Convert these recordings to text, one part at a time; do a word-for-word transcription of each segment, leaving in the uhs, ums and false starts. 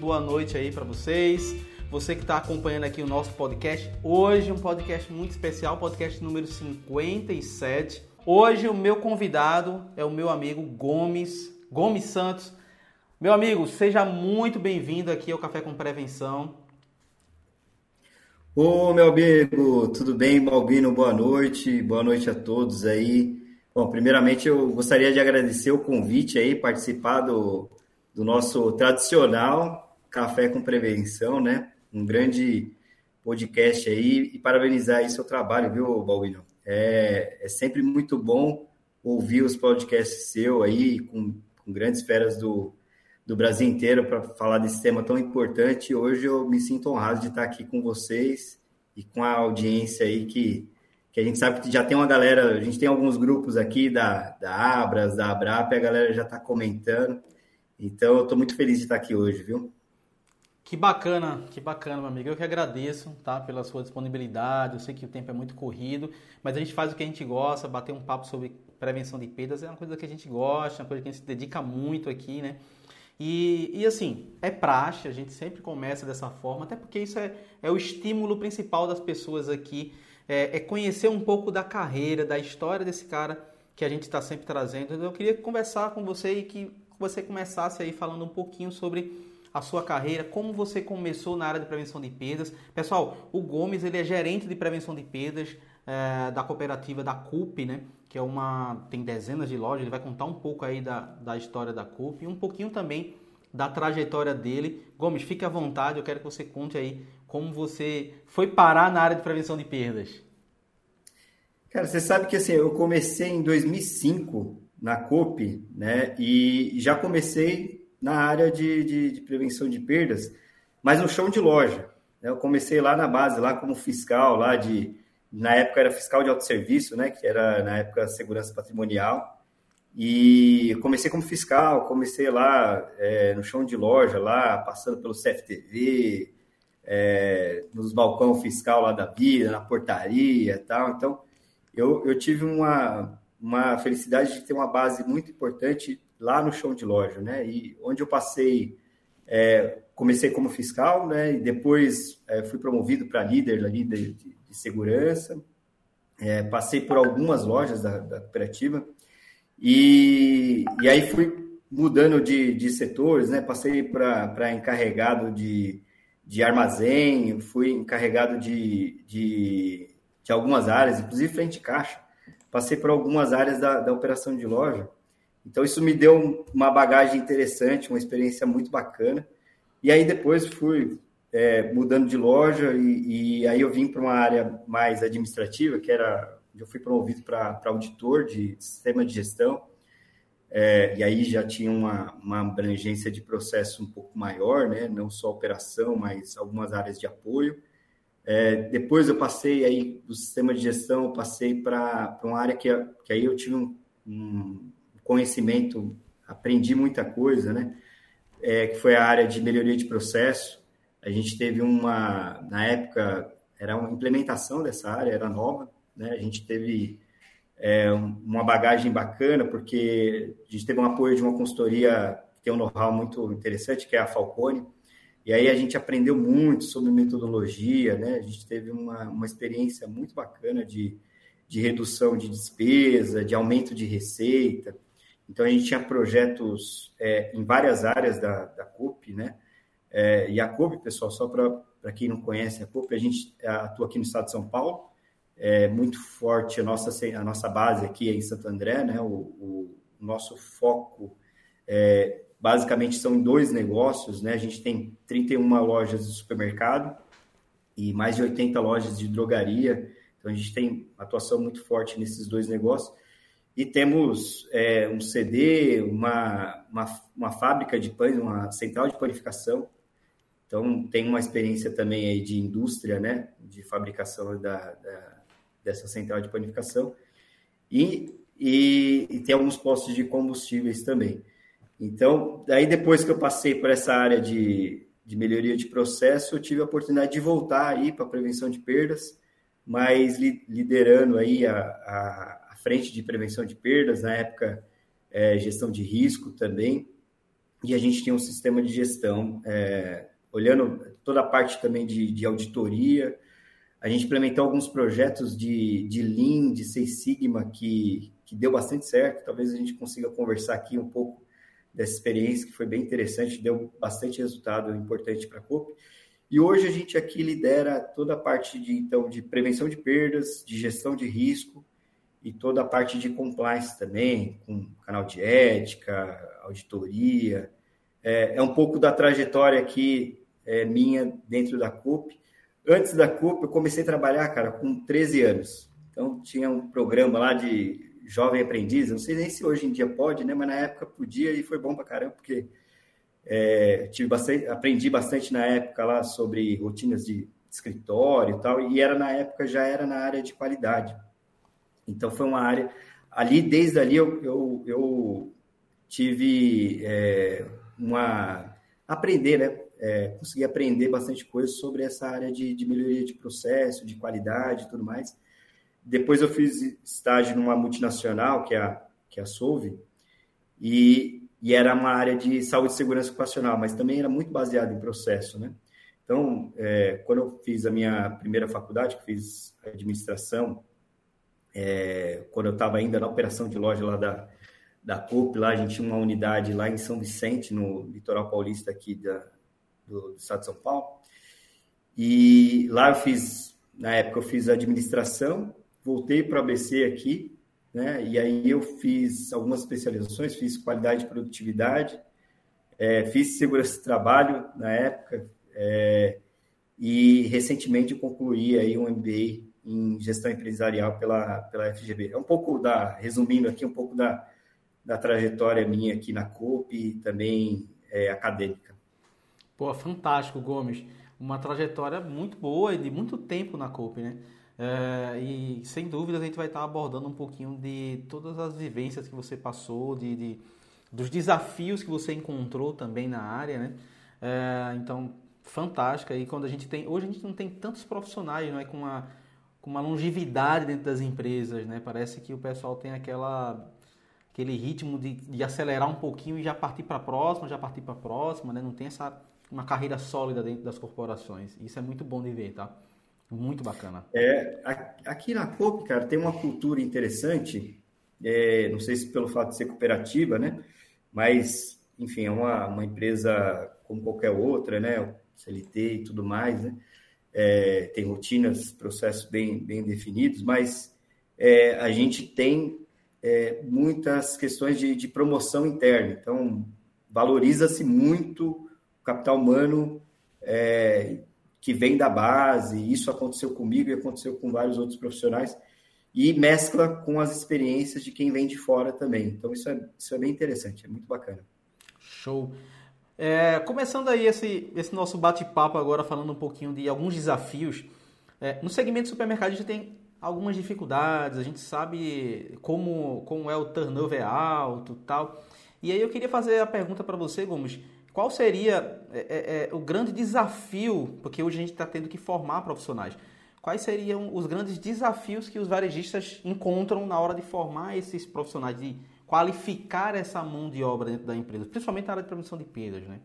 boa noite aí para vocês. Você que está acompanhando aqui o nosso podcast. Hoje um podcast muito especial, podcast número cinquenta e sete. Hoje o meu convidado é o meu amigo Gomes, Gomes Santos. Meu amigo, seja muito bem-vindo aqui ao Café com Prevenção. Ô, meu amigo, tudo bem, Balbino? Boa noite, boa noite a todos aí. Bom, primeiramente eu gostaria de agradecer o convite aí, participar do, do nosso tradicional Café com Prevenção, né? Um grande podcast aí e parabenizar aí seu trabalho, viu, Balbino? É, é sempre muito bom ouvir os podcasts seu aí com, com grandes feras do, do Brasil inteiro para falar desse tema tão importante. Hoje eu me sinto honrado de estar aqui com vocês e com a audiência aí que, que a gente sabe que já tem uma galera, a gente tem alguns grupos aqui da, da Abras, da Abrap, a galera já está comentando. Então eu estou muito feliz de estar aqui hoje, viu? Que bacana, que bacana, meu amigo. Eu que agradeço, tá, pela sua disponibilidade. Eu sei que o tempo é muito corrido, mas a gente faz o que a gente gosta, bater um papo sobre prevenção de perdas é uma coisa que a gente gosta, uma coisa que a gente se dedica muito aqui, né? E, e assim, é praxe, a gente sempre começa dessa forma, até porque isso é, é o estímulo principal das pessoas aqui, é, é conhecer um pouco da carreira, da história desse cara que a gente está sempre trazendo. Eu queria conversar com você e que você começasse aí falando um pouquinho sobre a sua carreira, como você começou na área de prevenção de perdas. Pessoal, o Gomes, ele é gerente de prevenção de perdas é, da cooperativa da C U P, né? Que é uma, tem dezenas de lojas. Ele vai contar um pouco aí da, da história da C U P e um pouquinho também da trajetória dele. Gomes, fique à vontade, eu quero que você conte aí como você foi parar na área de prevenção de perdas. Cara, você sabe que assim, eu comecei em dois mil e cinco na C U P, né? E já comecei na área de, de, de prevenção de perdas, mas no chão de loja. Eu comecei lá na base, lá como fiscal, lá de, na época era fiscal de autosserviço, né, que era na época segurança patrimonial, e comecei como fiscal, comecei lá é, no chão de loja, lá passando pelo C F T V, é, nos balcão fiscal lá da vida, na portaria e tal. Então, eu, eu tive uma, uma felicidade de ter uma base muito importante lá no chão de loja, né? E onde eu passei, é, comecei como fiscal, né? E depois é, fui promovido para líder ali de, de, de segurança. É, passei por algumas lojas da, da cooperativa e, e aí fui mudando de, de setores, né? Passei para encarregado de, de armazém, fui encarregado de, de, de algumas áreas, inclusive frente de caixa. Passei por algumas áreas da, da operação de loja. Então, isso me deu uma bagagem interessante, uma experiência muito bacana. E aí, depois, fui é, mudando de loja e, e aí eu vim para uma área mais administrativa, que era... Eu fui promovido para auditor de sistema de gestão. É, e aí já tinha uma, uma abrangência de processo um pouco maior, né? Não só operação, mas algumas áreas de apoio. É, depois eu passei aí do sistema de gestão, eu passei para uma área que, que aí eu tive um... um conhecimento, aprendi muita coisa, né? É, que foi a área de melhoria de processo. A gente teve uma, na época, era uma implementação dessa área, era nova, né? A gente teve é, uma bagagem bacana, porque a gente teve um apoio de uma consultoria que tem um know-how muito interessante, que é a Falcone, e aí a gente aprendeu muito sobre metodologia, né? A gente teve uma, uma experiência muito bacana de, de redução de despesa, de aumento de receita. Então, a gente tinha projetos é, em várias áreas da, da C U P, né? É, e a C U P, pessoal, só para quem não conhece a C U P, a gente atua aqui no estado de São Paulo, é muito forte a nossa, a nossa base aqui é em Santo André, né? O, o nosso foco, é, basicamente, são em dois negócios, né? A gente tem trinta e uma lojas de supermercado e mais de oitenta lojas de drogaria. Então, a gente tem atuação muito forte nesses dois negócios. E temos é, um C D, uma, uma, uma fábrica de pães, uma central de panificação. Então, tem uma experiência também aí de indústria, né? De fabricação da, da, dessa central de panificação. E, e, e tem alguns postos de combustíveis também. Então, aí depois que eu passei por essa área de, de melhoria de processo, eu tive a oportunidade de voltar aí para a prevenção de perdas, mas li, liderando aí a, a, a frente de prevenção de perdas, na época é, gestão de risco também, e a gente tinha um sistema de gestão, é, olhando toda a parte também de, de auditoria. A gente implementou alguns projetos de, de Lean, de Six Sigma, que, que deu bastante certo. Talvez a gente consiga conversar aqui um pouco dessa experiência, que foi bem interessante, deu bastante resultado importante para a Coop. E hoje a gente aqui lidera toda a parte de, então, de prevenção de perdas, de gestão de risco e toda a parte de compliance também, com canal de ética, auditoria. É, é um pouco da trajetória aqui é, minha dentro da Coop. Antes da Coop, eu comecei a trabalhar, cara, com treze anos. Então, tinha um programa lá de jovem aprendiz. Não sei nem se hoje em dia pode, né? Mas na época podia e foi bom pra caramba, porque é, tive bastante, aprendi bastante na época lá sobre rotinas de escritório e tal. E era na época, já era na área de qualidade. Então, foi uma área... Ali, desde ali, eu, eu, eu tive é, uma... Aprender, né? É, consegui aprender bastante coisa sobre essa área de, de melhoria de processo, de qualidade e tudo mais. Depois eu fiz estágio numa multinacional, que é a, que é a Solve, e, e era uma área de saúde e segurança ocupacional, mas também era muito baseado em processo, né? Então, é, quando eu fiz a minha primeira faculdade, que fiz administração, é, quando eu estava ainda na operação de loja lá da, da Coop, lá a gente tinha uma unidade lá em São Vicente, no litoral paulista aqui da do estado de São Paulo, e lá eu fiz, na época eu fiz administração, voltei para o A B C aqui, né, e aí eu fiz algumas especializações, fiz qualidade e produtividade, é, fiz segurança do trabalho na época, é, e recentemente eu concluí aí um M B A em gestão empresarial pela, pela F G B. É um pouco da, resumindo aqui, um pouco da, da trajetória minha aqui na Coop e também é, acadêmica. Pô, fantástico, Gomes. Uma trajetória muito boa e de muito tempo na Coop, né? É, e sem dúvida a gente vai estar abordando um pouquinho de todas as vivências que você passou, de, de dos desafios que você encontrou também na área, né? É, então, fantástica. E quando a gente tem, hoje a gente não tem tantos profissionais, não é, com uma, com uma longevidade dentro das empresas, né? Parece que o pessoal tem aquela aquele ritmo de, de acelerar um pouquinho e já partir para a próxima, já partir para a próxima, né? Não tem essa uma carreira sólida dentro das corporações. Isso é muito bom de ver, tá? Muito bacana. É, aqui na Coop, cara, tem uma cultura interessante, é, não sei se pelo fato de ser cooperativa, né? Mas, enfim, é uma, uma empresa como qualquer outra, né? C L T e tudo mais, né? É, tem rotinas, processos bem, bem definidos, mas é, a gente tem é, muitas questões de, de promoção interna. Então, valoriza-se muito o capital humano é, que vem da base. Isso aconteceu comigo e aconteceu com vários outros profissionais, e mescla com as experiências de quem vem de fora também. Então, isso é, isso é bem interessante, é muito bacana. Show! É, começando aí esse, esse nosso bate-papo agora, falando um pouquinho de alguns desafios. É, no segmento de supermercado, a gente tem algumas dificuldades, a gente sabe como, como é o turnover alto e tal. E aí eu queria fazer a pergunta para você, Gomes. Qual seria é, é, o grande desafio, porque hoje a gente está tendo que formar profissionais, quais seriam os grandes desafios que os varejistas encontram na hora de formar esses profissionais, de qualificar essa mão de obra dentro da empresa, principalmente na área de prevenção de perdas, né?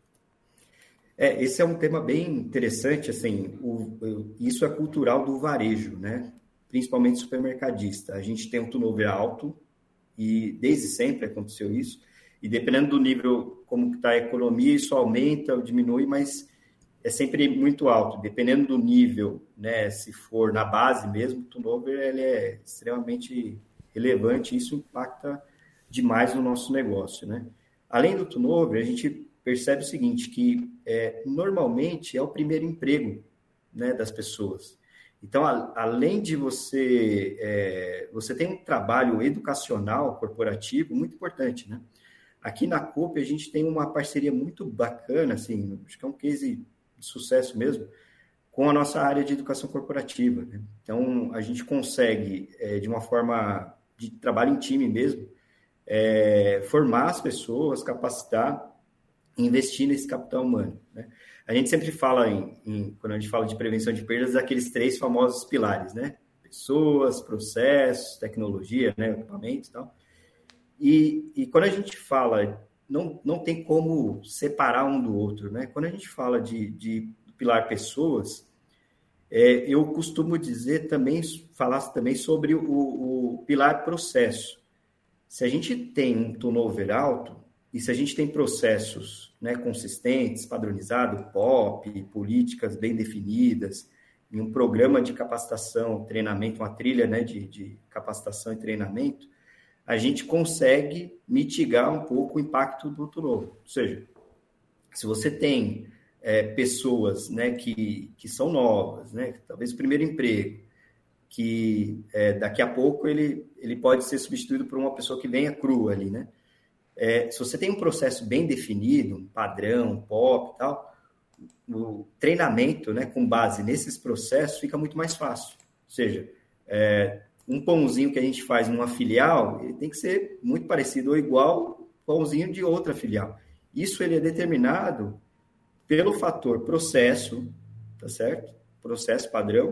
É, esse é um tema bem interessante, assim, o, o, isso é cultural do varejo, né? Principalmente supermercadista. A gente tem um turnover alto e desde sempre aconteceu isso. E dependendo do nível, como está a economia, isso aumenta ou diminui, mas é sempre muito alto. Dependendo do nível, né, se for na base mesmo, o turnover ele é extremamente relevante e isso impacta demais no nosso negócio, né? Além do turnover, a gente percebe o seguinte, que é, normalmente é o primeiro emprego, né, das pessoas. Então, a, além de você... É, você tem um trabalho educacional corporativo muito importante, né? Aqui na Coop, a gente tem uma parceria muito bacana, assim, acho que é um case de sucesso mesmo, com a nossa área de educação corporativa, né? Então, a gente consegue, é, de uma forma de trabalho em time mesmo, é, formar as pessoas, capacitar e investir nesse capital humano, né? A gente sempre fala, em, em, quando a gente fala de prevenção de perdas, daqueles três famosos pilares, né? Pessoas, processos, tecnologia, né? Equipamentos e tal. E, e quando a gente fala não, não tem como separar um do outro, né? Quando a gente fala de, de pilar pessoas, é, eu costumo dizer também, falar também sobre o, o pilar processo. Se a gente tem um turnover alto, e se a gente tem processos, né, consistentes, padronizados, P O P, políticas bem definidas, e um programa de capacitação, treinamento, uma trilha, né, de, de capacitação e treinamento, a gente consegue mitigar um pouco o impacto do turnover. Ou seja, se você tem é, pessoas, né, que, que são novas, né, talvez o primeiro emprego, que é, daqui a pouco ele, ele pode ser substituído por uma pessoa que venha crua ali, né? É, se você tem um processo bem definido, um padrão, um P O P e tal, o treinamento, né, com base nesses processos fica muito mais fácil. Ou seja, é, um pãozinho que a gente faz numa filial, ele tem que ser muito parecido ou igual ao pãozinho de outra filial. Isso ele é determinado pelo fator processo, tá certo? Processo padrão,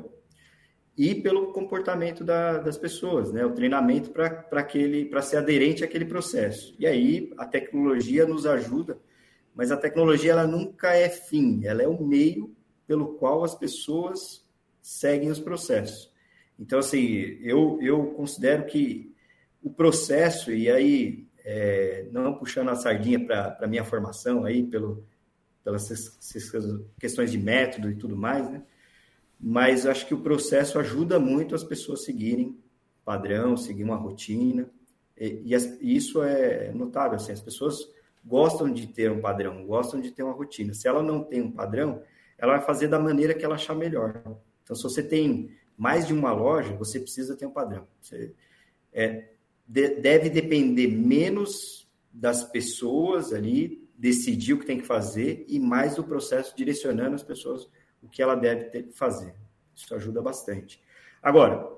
e pelo comportamento da, das pessoas, né? O treinamento para aquele, para ser aderente àquele processo. E aí a tecnologia nos ajuda, mas a tecnologia ela nunca é fim, ela é o meio pelo qual as pessoas seguem os processos. Então, assim, eu, eu considero que o processo, e aí, é, não puxando a sardinha para a minha formação aí, pelo, pelas questões de método e tudo mais, né? Mas acho que o processo ajuda muito as pessoas a seguirem padrão, seguir uma rotina, e, e, as, e isso é notável, assim, as pessoas gostam de ter um padrão, gostam de ter uma rotina. Se ela não tem um padrão, ela vai fazer da maneira que ela achar melhor. Então, se você tem mais de uma loja, você precisa ter um padrão. Você, é, de, deve depender menos das pessoas ali, decidir o que tem que fazer, e mais do processo direcionando as pessoas o que ela deve ter que fazer. Isso ajuda bastante. Agora,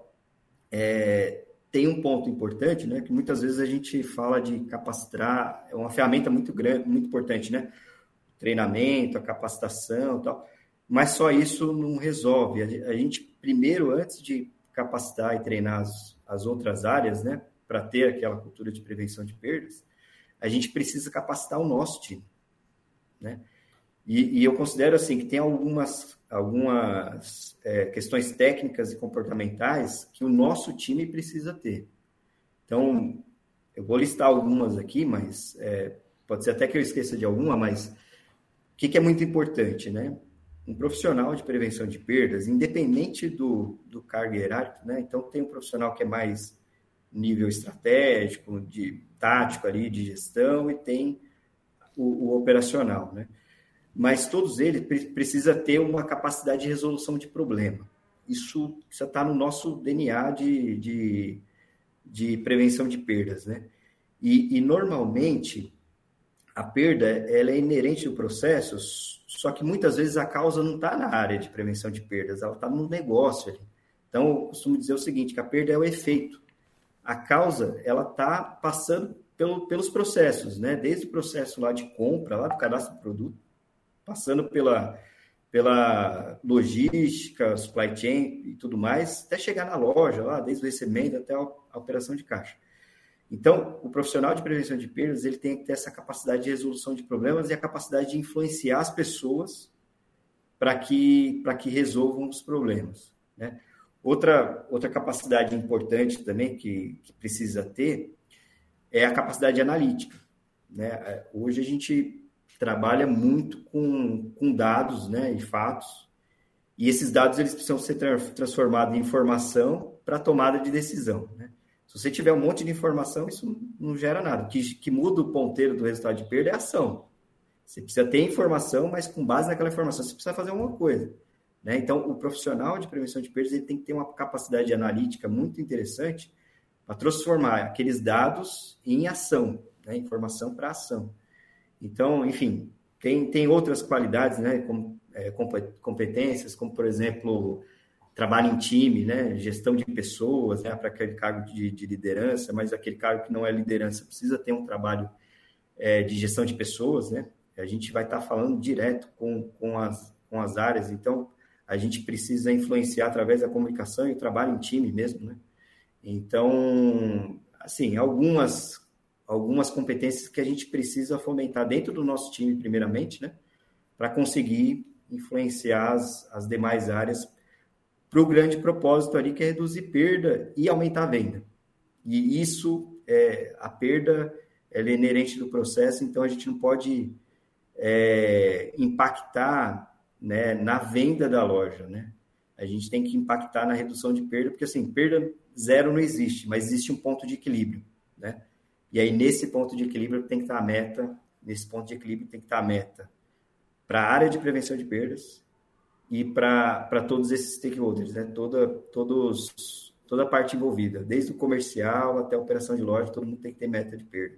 é, tem um ponto importante, né, que muitas vezes a gente fala de capacitar, é uma ferramenta muito grande, muito importante, né? O treinamento, a capacitação e tal, mas só isso não resolve. A gente, primeiro, antes de capacitar e treinar as, as outras áreas, né, para ter aquela cultura de prevenção de perdas, a gente precisa capacitar o nosso time, né? E, e eu considero assim que tem algumas, algumas é, questões técnicas e comportamentais que o nosso time precisa ter. Então, eu vou listar algumas aqui, mas é, pode ser até que eu esqueça de alguma, mas o que, que é muito importante, né? Um profissional de prevenção de perdas, independente do, do cargo hierárquico, né? Então, tem um profissional que é mais nível estratégico, de tático ali, de gestão, e tem o, o operacional, né? Mas todos eles precisam ter uma capacidade de resolução de problema. Isso já está no nosso D N A de, de, de prevenção de perdas, né? E, e, normalmente, a perda ela é inerente ao processo, só que muitas vezes a causa não está na área de prevenção de perdas, ela está no negócio ali. Então, eu costumo dizer o seguinte, que a perda é o efeito. A causa, ela está passando pelo, pelos processos, né? Desde o processo lá de compra, lá do cadastro do produto, passando pela, pela logística, supply chain e tudo mais, até chegar na loja, lá, desde o recebimento até a operação de caixa. Então, o profissional de prevenção de perdas, ele tem que ter essa capacidade de resolução de problemas e a capacidade de influenciar as pessoas para que, para que resolvam os problemas, né? Outra, outra capacidade importante também que, que precisa ter é a capacidade analítica, né? Hoje a gente trabalha muito com, com dados, né, e fatos, e esses dados eles precisam ser tra- transformados em informação para tomada de decisão, né? Se você tiver um monte de informação, isso não gera nada. O que, que muda o ponteiro do resultado de perda é a ação. Você precisa ter informação, mas com base naquela informação você precisa fazer alguma coisa, né? Então, o profissional de prevenção de perdas ele tem que ter uma capacidade analítica muito interessante para transformar aqueles dados em ação, né? Informação para ação. Então, enfim, tem, tem outras qualidades, né, como é, competências, como, por exemplo, trabalho em time, né, gestão de pessoas, né, para aquele cargo de, de liderança, mas aquele cargo que não é liderança precisa ter um trabalho é, de gestão de pessoas, né? A gente vai estar falando direto com, com, as, com as áreas, então a gente precisa influenciar através da comunicação e o trabalho em time mesmo, né? Então, assim, algumas... algumas competências que a gente precisa fomentar dentro do nosso time, primeiramente, né? Para conseguir influenciar as, as demais áreas para o grande propósito ali, que é reduzir perda e aumentar a venda. E isso, é, a perda, ela é inerente do processo, então a gente não pode é, impactar, né, na venda da loja, né? A gente tem que impactar na redução de perda, porque assim, perda zero não existe, mas existe um ponto de equilíbrio, né? E aí, nesse ponto de equilíbrio tem que estar a meta, nesse ponto de equilíbrio tem que estar a meta para a área de prevenção de perdas e para todos esses stakeholders, né? Toda, todos, toda a parte envolvida, desde o comercial até a operação de loja, todo mundo tem que ter meta de perda.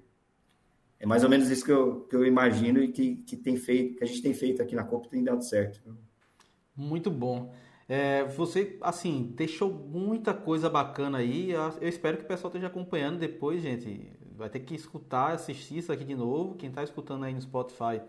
É mais ou menos isso que eu, que eu imagino e que, que, tem feito, que a gente tem feito aqui na Copa e tem dado certo. Muito bom. É, você, assim, deixou muita coisa bacana aí. Eu espero que o pessoal esteja acompanhando depois, gente. Vai ter que escutar, assistir isso aqui de novo. Quem está escutando aí no Spotify,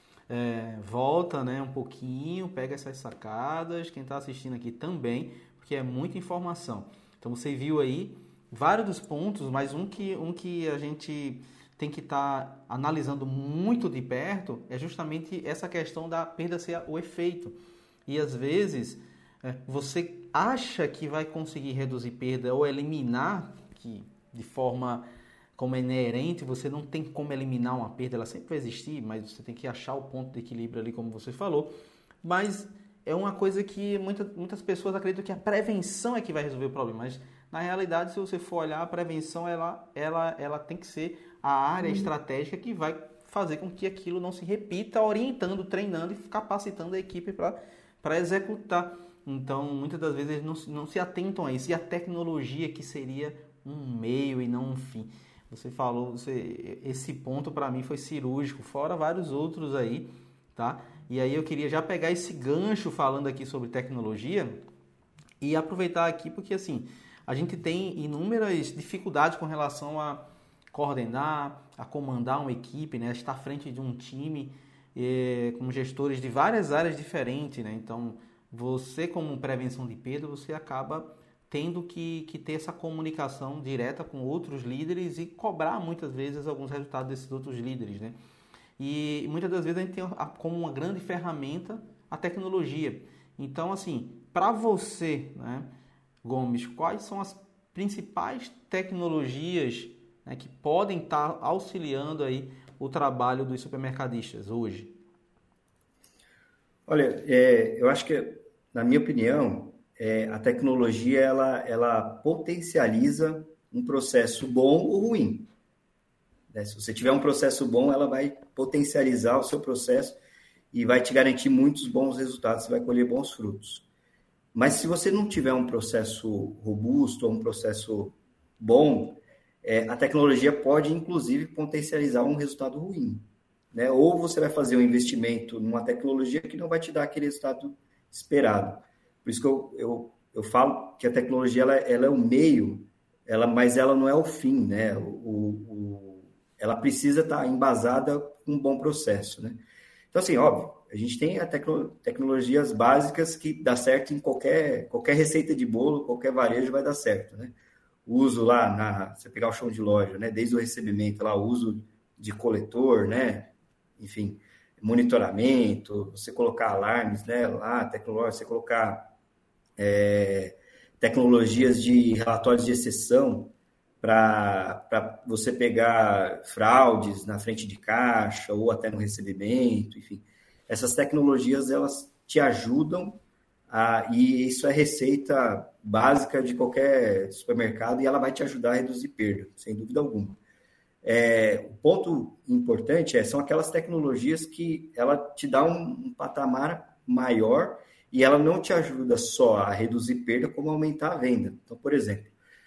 é, volta, né, um pouquinho, pega essas sacadas. Quem está assistindo aqui também, porque é muita informação. Então, você viu aí vários dos pontos, mas um que, um que a gente tem que estar tá analisando muito de perto é justamente essa questão da perda ser o efeito. E, às vezes, é, você acha que vai conseguir reduzir perda ou eliminar, que de forma como é inerente, você não tem como eliminar uma perda, ela sempre vai existir, mas você tem que achar o ponto de equilíbrio ali, como você falou. Mas é uma coisa que muita, muitas pessoas acreditam que a prevenção é que vai resolver o problema, mas na realidade, se você for olhar, a prevenção ela, ela, ela tem que ser a área uhum. estratégica que vai fazer com que aquilo não se repita, orientando, treinando e capacitando a equipe para executar. Então, muitas das vezes eles não, não se atentam a isso. E a tecnologia que seria um meio e não um fim. Você falou, você, esse ponto para mim foi cirúrgico, fora vários outros aí, tá? E aí eu queria já pegar esse gancho falando aqui sobre tecnologia e aproveitar aqui porque, assim, a gente tem inúmeras dificuldades com relação a coordenar, a comandar uma equipe, né? Estar à frente de um time é, com gestores de várias áreas diferentes, né? Então, você como prevenção de perda, você acaba tendo que, que ter essa comunicação direta com outros líderes e cobrar muitas vezes alguns resultados desses outros líderes, né? E muitas das vezes a gente tem como uma grande ferramenta a tecnologia. Então, assim, para você, né, Gomes, quais são as principais tecnologias, né, que podem estar auxiliando aí o trabalho dos supermercadistas hoje? Olha, é, eu acho que, na minha opinião, é, a tecnologia ela, ela potencializa um processo bom ou ruim. Né? Se você tiver um processo bom, ela vai potencializar o seu processo e vai te garantir muitos bons resultados, você vai colher bons frutos. Mas se você não tiver um processo robusto ou um processo bom, é, a tecnologia pode, inclusive, potencializar um resultado ruim. Né? Ou você vai fazer um investimento numa tecnologia que não vai te dar aquele resultado esperado. Por isso que eu, eu, eu falo que a tecnologia ela, ela é o meio, ela, mas ela não é o fim. Né? O, o, ela precisa estar embasada com um bom processo. Né? Então, assim, óbvio, a gente tem a tecno, tecnologias básicas que dá certo em qualquer, qualquer receita de bolo, qualquer varejo vai dar certo. Né? O uso lá, na, você pegar o chão de loja, né? Desde o recebimento, lá, o uso de coletor, né? Enfim, monitoramento, você colocar alarmes, né? Lá, tecnologia, você colocar é, tecnologias de relatórios de exceção para você pegar fraudes na frente de caixa ou até no recebimento, enfim. Essas tecnologias, elas te ajudam a, e isso é receita básica de qualquer supermercado e ela vai te ajudar a reduzir perda, sem dúvida alguma. É, o ponto importante é, são aquelas tecnologias que ela te dá um, um patamar maior e ela não te ajuda só a reduzir perda, como aumentar a venda. Então, por exemplo,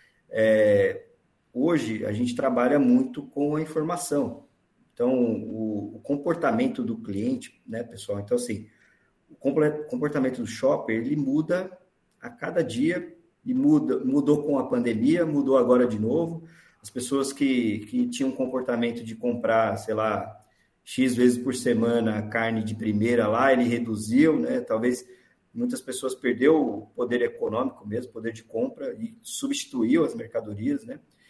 é, hoje a gente trabalha muito com a informação. Então, o, o comportamento do cliente, né, pessoal? Então, assim, o comportamento do shopper, ele muda a cada dia e muda, mudou com a pandemia, mudou agora de novo. As pessoas que, que tinham um comportamento de comprar, sei lá, X vezes por semana carne de primeira lá, ele reduziu, né? Talvez muitas pessoas perderam o poder econômico mesmo, poder de compra, e substituiu as mercadorias, né?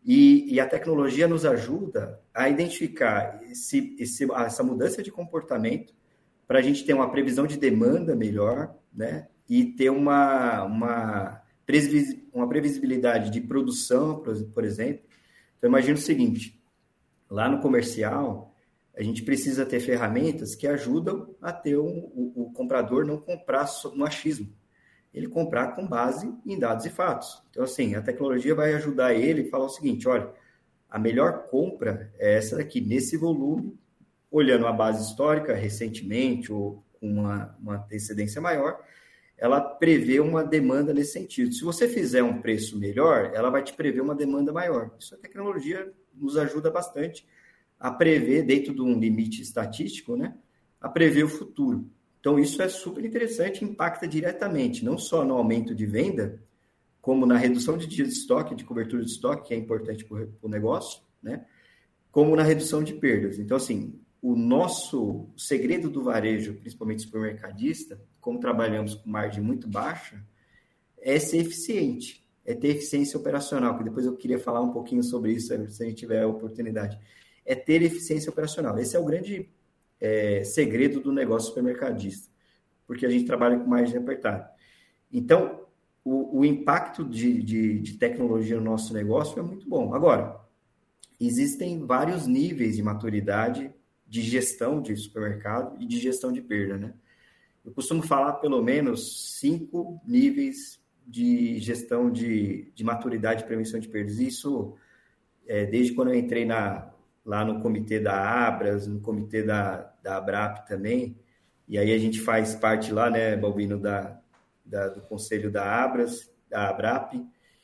E, e a tecnologia nos ajuda a identificar esse, esse, essa mudança de comportamento para a gente ter uma previsão de demanda melhor, né? E ter uma, uma, uma previsibilidade de produção, por exemplo. Então, imagina o seguinte, lá no comercial, a gente precisa ter ferramentas que ajudam a ter um, o, o comprador não comprar no achismo. Ele comprar com base em dados e fatos. Então, assim, a tecnologia vai ajudar ele a falar o seguinte, olha, a melhor compra é essa daqui, nesse volume, olhando a base histórica, recentemente, ou com uma, uma antecedência maior, ela prevê uma demanda nesse sentido. Se você fizer um preço melhor, ela vai te prever uma demanda maior. Isso a tecnologia nos ajuda bastante a prever, dentro de um limite estatístico, né, a prever o futuro. Então, isso é super interessante e impacta diretamente, não só no aumento de venda, como na redução de dias de estoque, de cobertura de estoque, que é importante para o negócio, né? Como na redução de perdas. Então, assim, o nosso segredo do varejo, principalmente supermercadista, como trabalhamos com margem muito baixa, é ser eficiente, é ter eficiência operacional, que depois eu queria falar um pouquinho sobre isso, se a gente tiver a oportunidade. É ter eficiência operacional. Esse é o grande... É, segredo do negócio supermercadista, porque a gente trabalha com margem apertada. Então, o, o impacto de, de, de tecnologia no nosso negócio é muito bom. Agora, existem vários níveis de maturidade de gestão de supermercado e de gestão de perda, né? Eu costumo falar pelo menos cinco níveis de gestão de, de maturidade e prevenção de perdas. Isso, é, desde quando eu entrei na lá no comitê da Abras, no comitê da, da Abrap também, e aí a gente faz parte lá, né, Balbino, da, da, do conselho da Abras, da Abrap,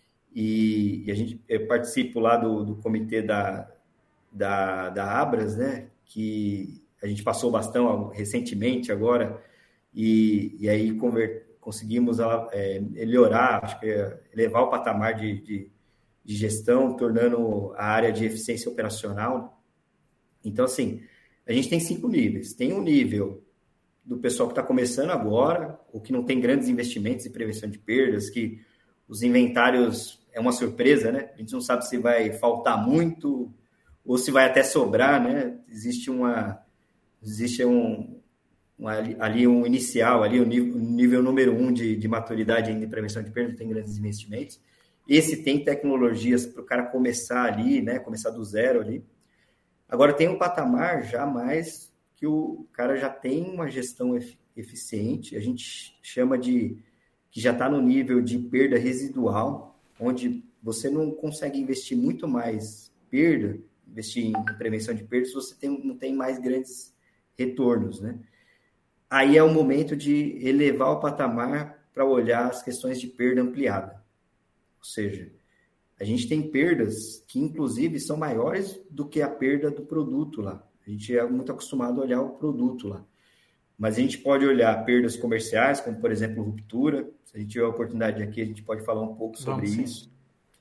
e, e a gente, eu participo lá do, do comitê da, da, da Abras, né, que a gente passou o bastão recentemente agora, e, e aí conver, conseguimos é, melhorar, acho que é, elevar o patamar de, de de gestão, tornando a área de eficiência operacional. Então, assim, a gente tem cinco níveis. Tem um nível do pessoal que está começando agora, ou que não tem grandes investimentos em prevenção de perdas, que os inventários é uma surpresa, né? A gente não sabe se vai faltar muito ou se vai até sobrar, né? Existe uma... Existe um... Uma, ali um inicial, ali o um nível, um nível número um de, de maturidade ainda em prevenção de perdas, não tem grandes investimentos. Esse tem tecnologias para o cara começar ali, né? Começar do zero ali. Agora tem um patamar já mais que o cara já tem uma gestão eficiente, a gente chama de que já está no nível de perda residual, onde você não consegue investir muito mais perda, investir em prevenção de perdas, se você tem, não tem mais grandes retornos, né? Aí é o momento de elevar o patamar para olhar as questões de perda ampliada. Ou seja, a gente tem perdas que, inclusive, são maiores do que a perda do produto lá. A gente é muito acostumado a olhar o produto lá. Mas a gente pode olhar perdas comerciais, como, por exemplo, ruptura. Se a gente tiver a oportunidade aqui, a gente pode falar um pouco sobre Vamos, isso.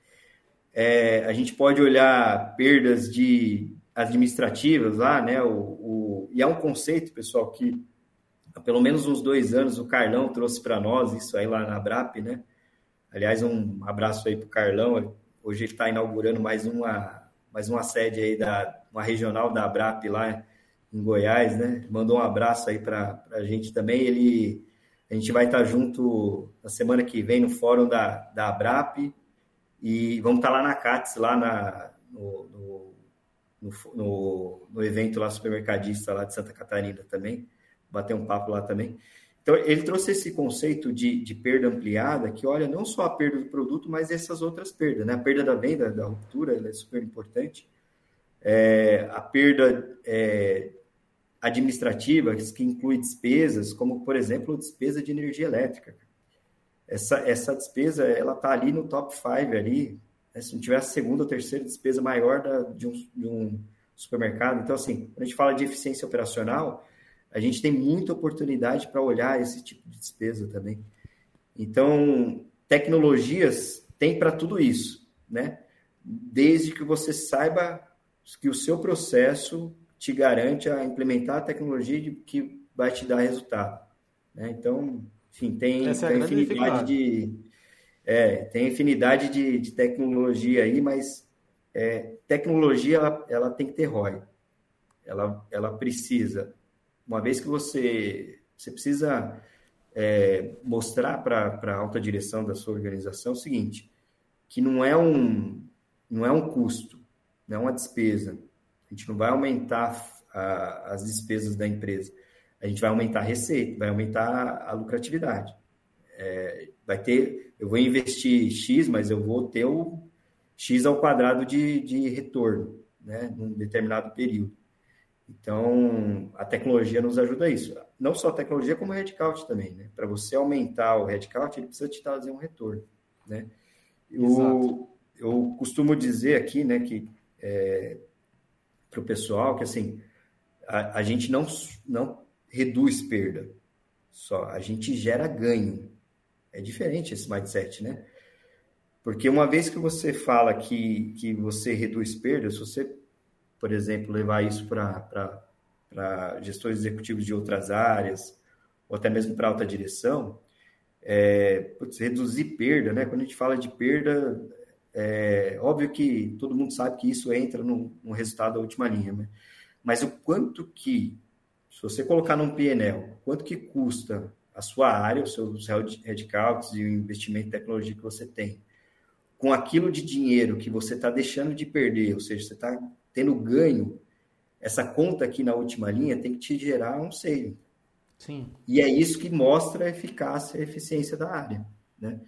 É, a gente pode olhar perdas de administrativas lá, né? O, o, e é um conceito, pessoal, que há pelo menos uns dois anos o Carlão trouxe para nós, isso aí lá na Abrap, né? Aliás, um abraço aí para o Carlão. Hoje ele está inaugurando mais uma, mais uma sede aí, da, uma regional da Abrap lá em Goiás, né? Mandou um abraço aí para a gente também. Ele, a gente vai estar junto na semana que vem no fórum da, da Abrap e vamos estar lá na CATS, lá na, no, no, no, no, no evento lá supermercadista lá de Santa Catarina também. Bater um papo lá também. Então, ele trouxe esse conceito de, de perda ampliada, que olha não só a perda do produto, mas essas outras perdas, né? A perda da venda, da ruptura, ela é super importante. É, a perda é, administrativa, que inclui despesas, como, por exemplo, a despesa de energia elétrica. Essa, essa despesa, ela está ali no top cinco, ali, né? Se não tiver a segunda ou terceira despesa maior da, de, um, de um supermercado. Então, assim, quando a gente fala de eficiência operacional, a gente tem muita oportunidade para olhar esse tipo de despesa também. Então, tecnologias tem para tudo isso, né? Desde que você saiba que o seu processo te garante a implementar a tecnologia de, que vai te dar resultado, né? Então, enfim, tem, Essa tem é a infinidade de é, tem infinidade de, de tecnologia aí, mas é, tecnologia, ela, ela tem que ter R O I. Ela, ela precisa, uma vez que você, você precisa é, mostrar para a alta direção da sua organização o seguinte, que não é um, não é um custo, não é uma despesa. A gente não vai aumentar a, as despesas da empresa. A gente vai aumentar a receita, vai aumentar a lucratividade. É, vai ter, eu vou investir X, mas eu vou ter o X ao quadrado de, de retorno, né, num determinado período. Então, a tecnologia nos ajuda a isso. Não só a tecnologia, como o headcount também, né? Para você aumentar o headcount, ele precisa te trazer um retorno, né? Eu, eu costumo dizer aqui, né, que é, para o pessoal que assim, a, a gente não, não reduz perda, só a gente gera ganho. É diferente esse mindset, né? Porque uma vez que você fala que, que você reduz perdas, se você, por exemplo, levar isso para gestores executivos de outras áreas, ou até mesmo para alta direção, é, putz, reduzir perda, né? Quando a gente fala de perda, é óbvio que todo mundo sabe que isso entra no, no resultado da última linha, né? Mas o quanto que, se você colocar num P e L, quanto que custa a sua área, os seus headcounts e o investimento em tecnologia que você tem, com aquilo de dinheiro que você está deixando de perder, ou seja, você está tendo ganho, essa conta aqui na última linha tem que te gerar um saving. Sim. E é isso que mostra a eficácia e a eficiência da área, né?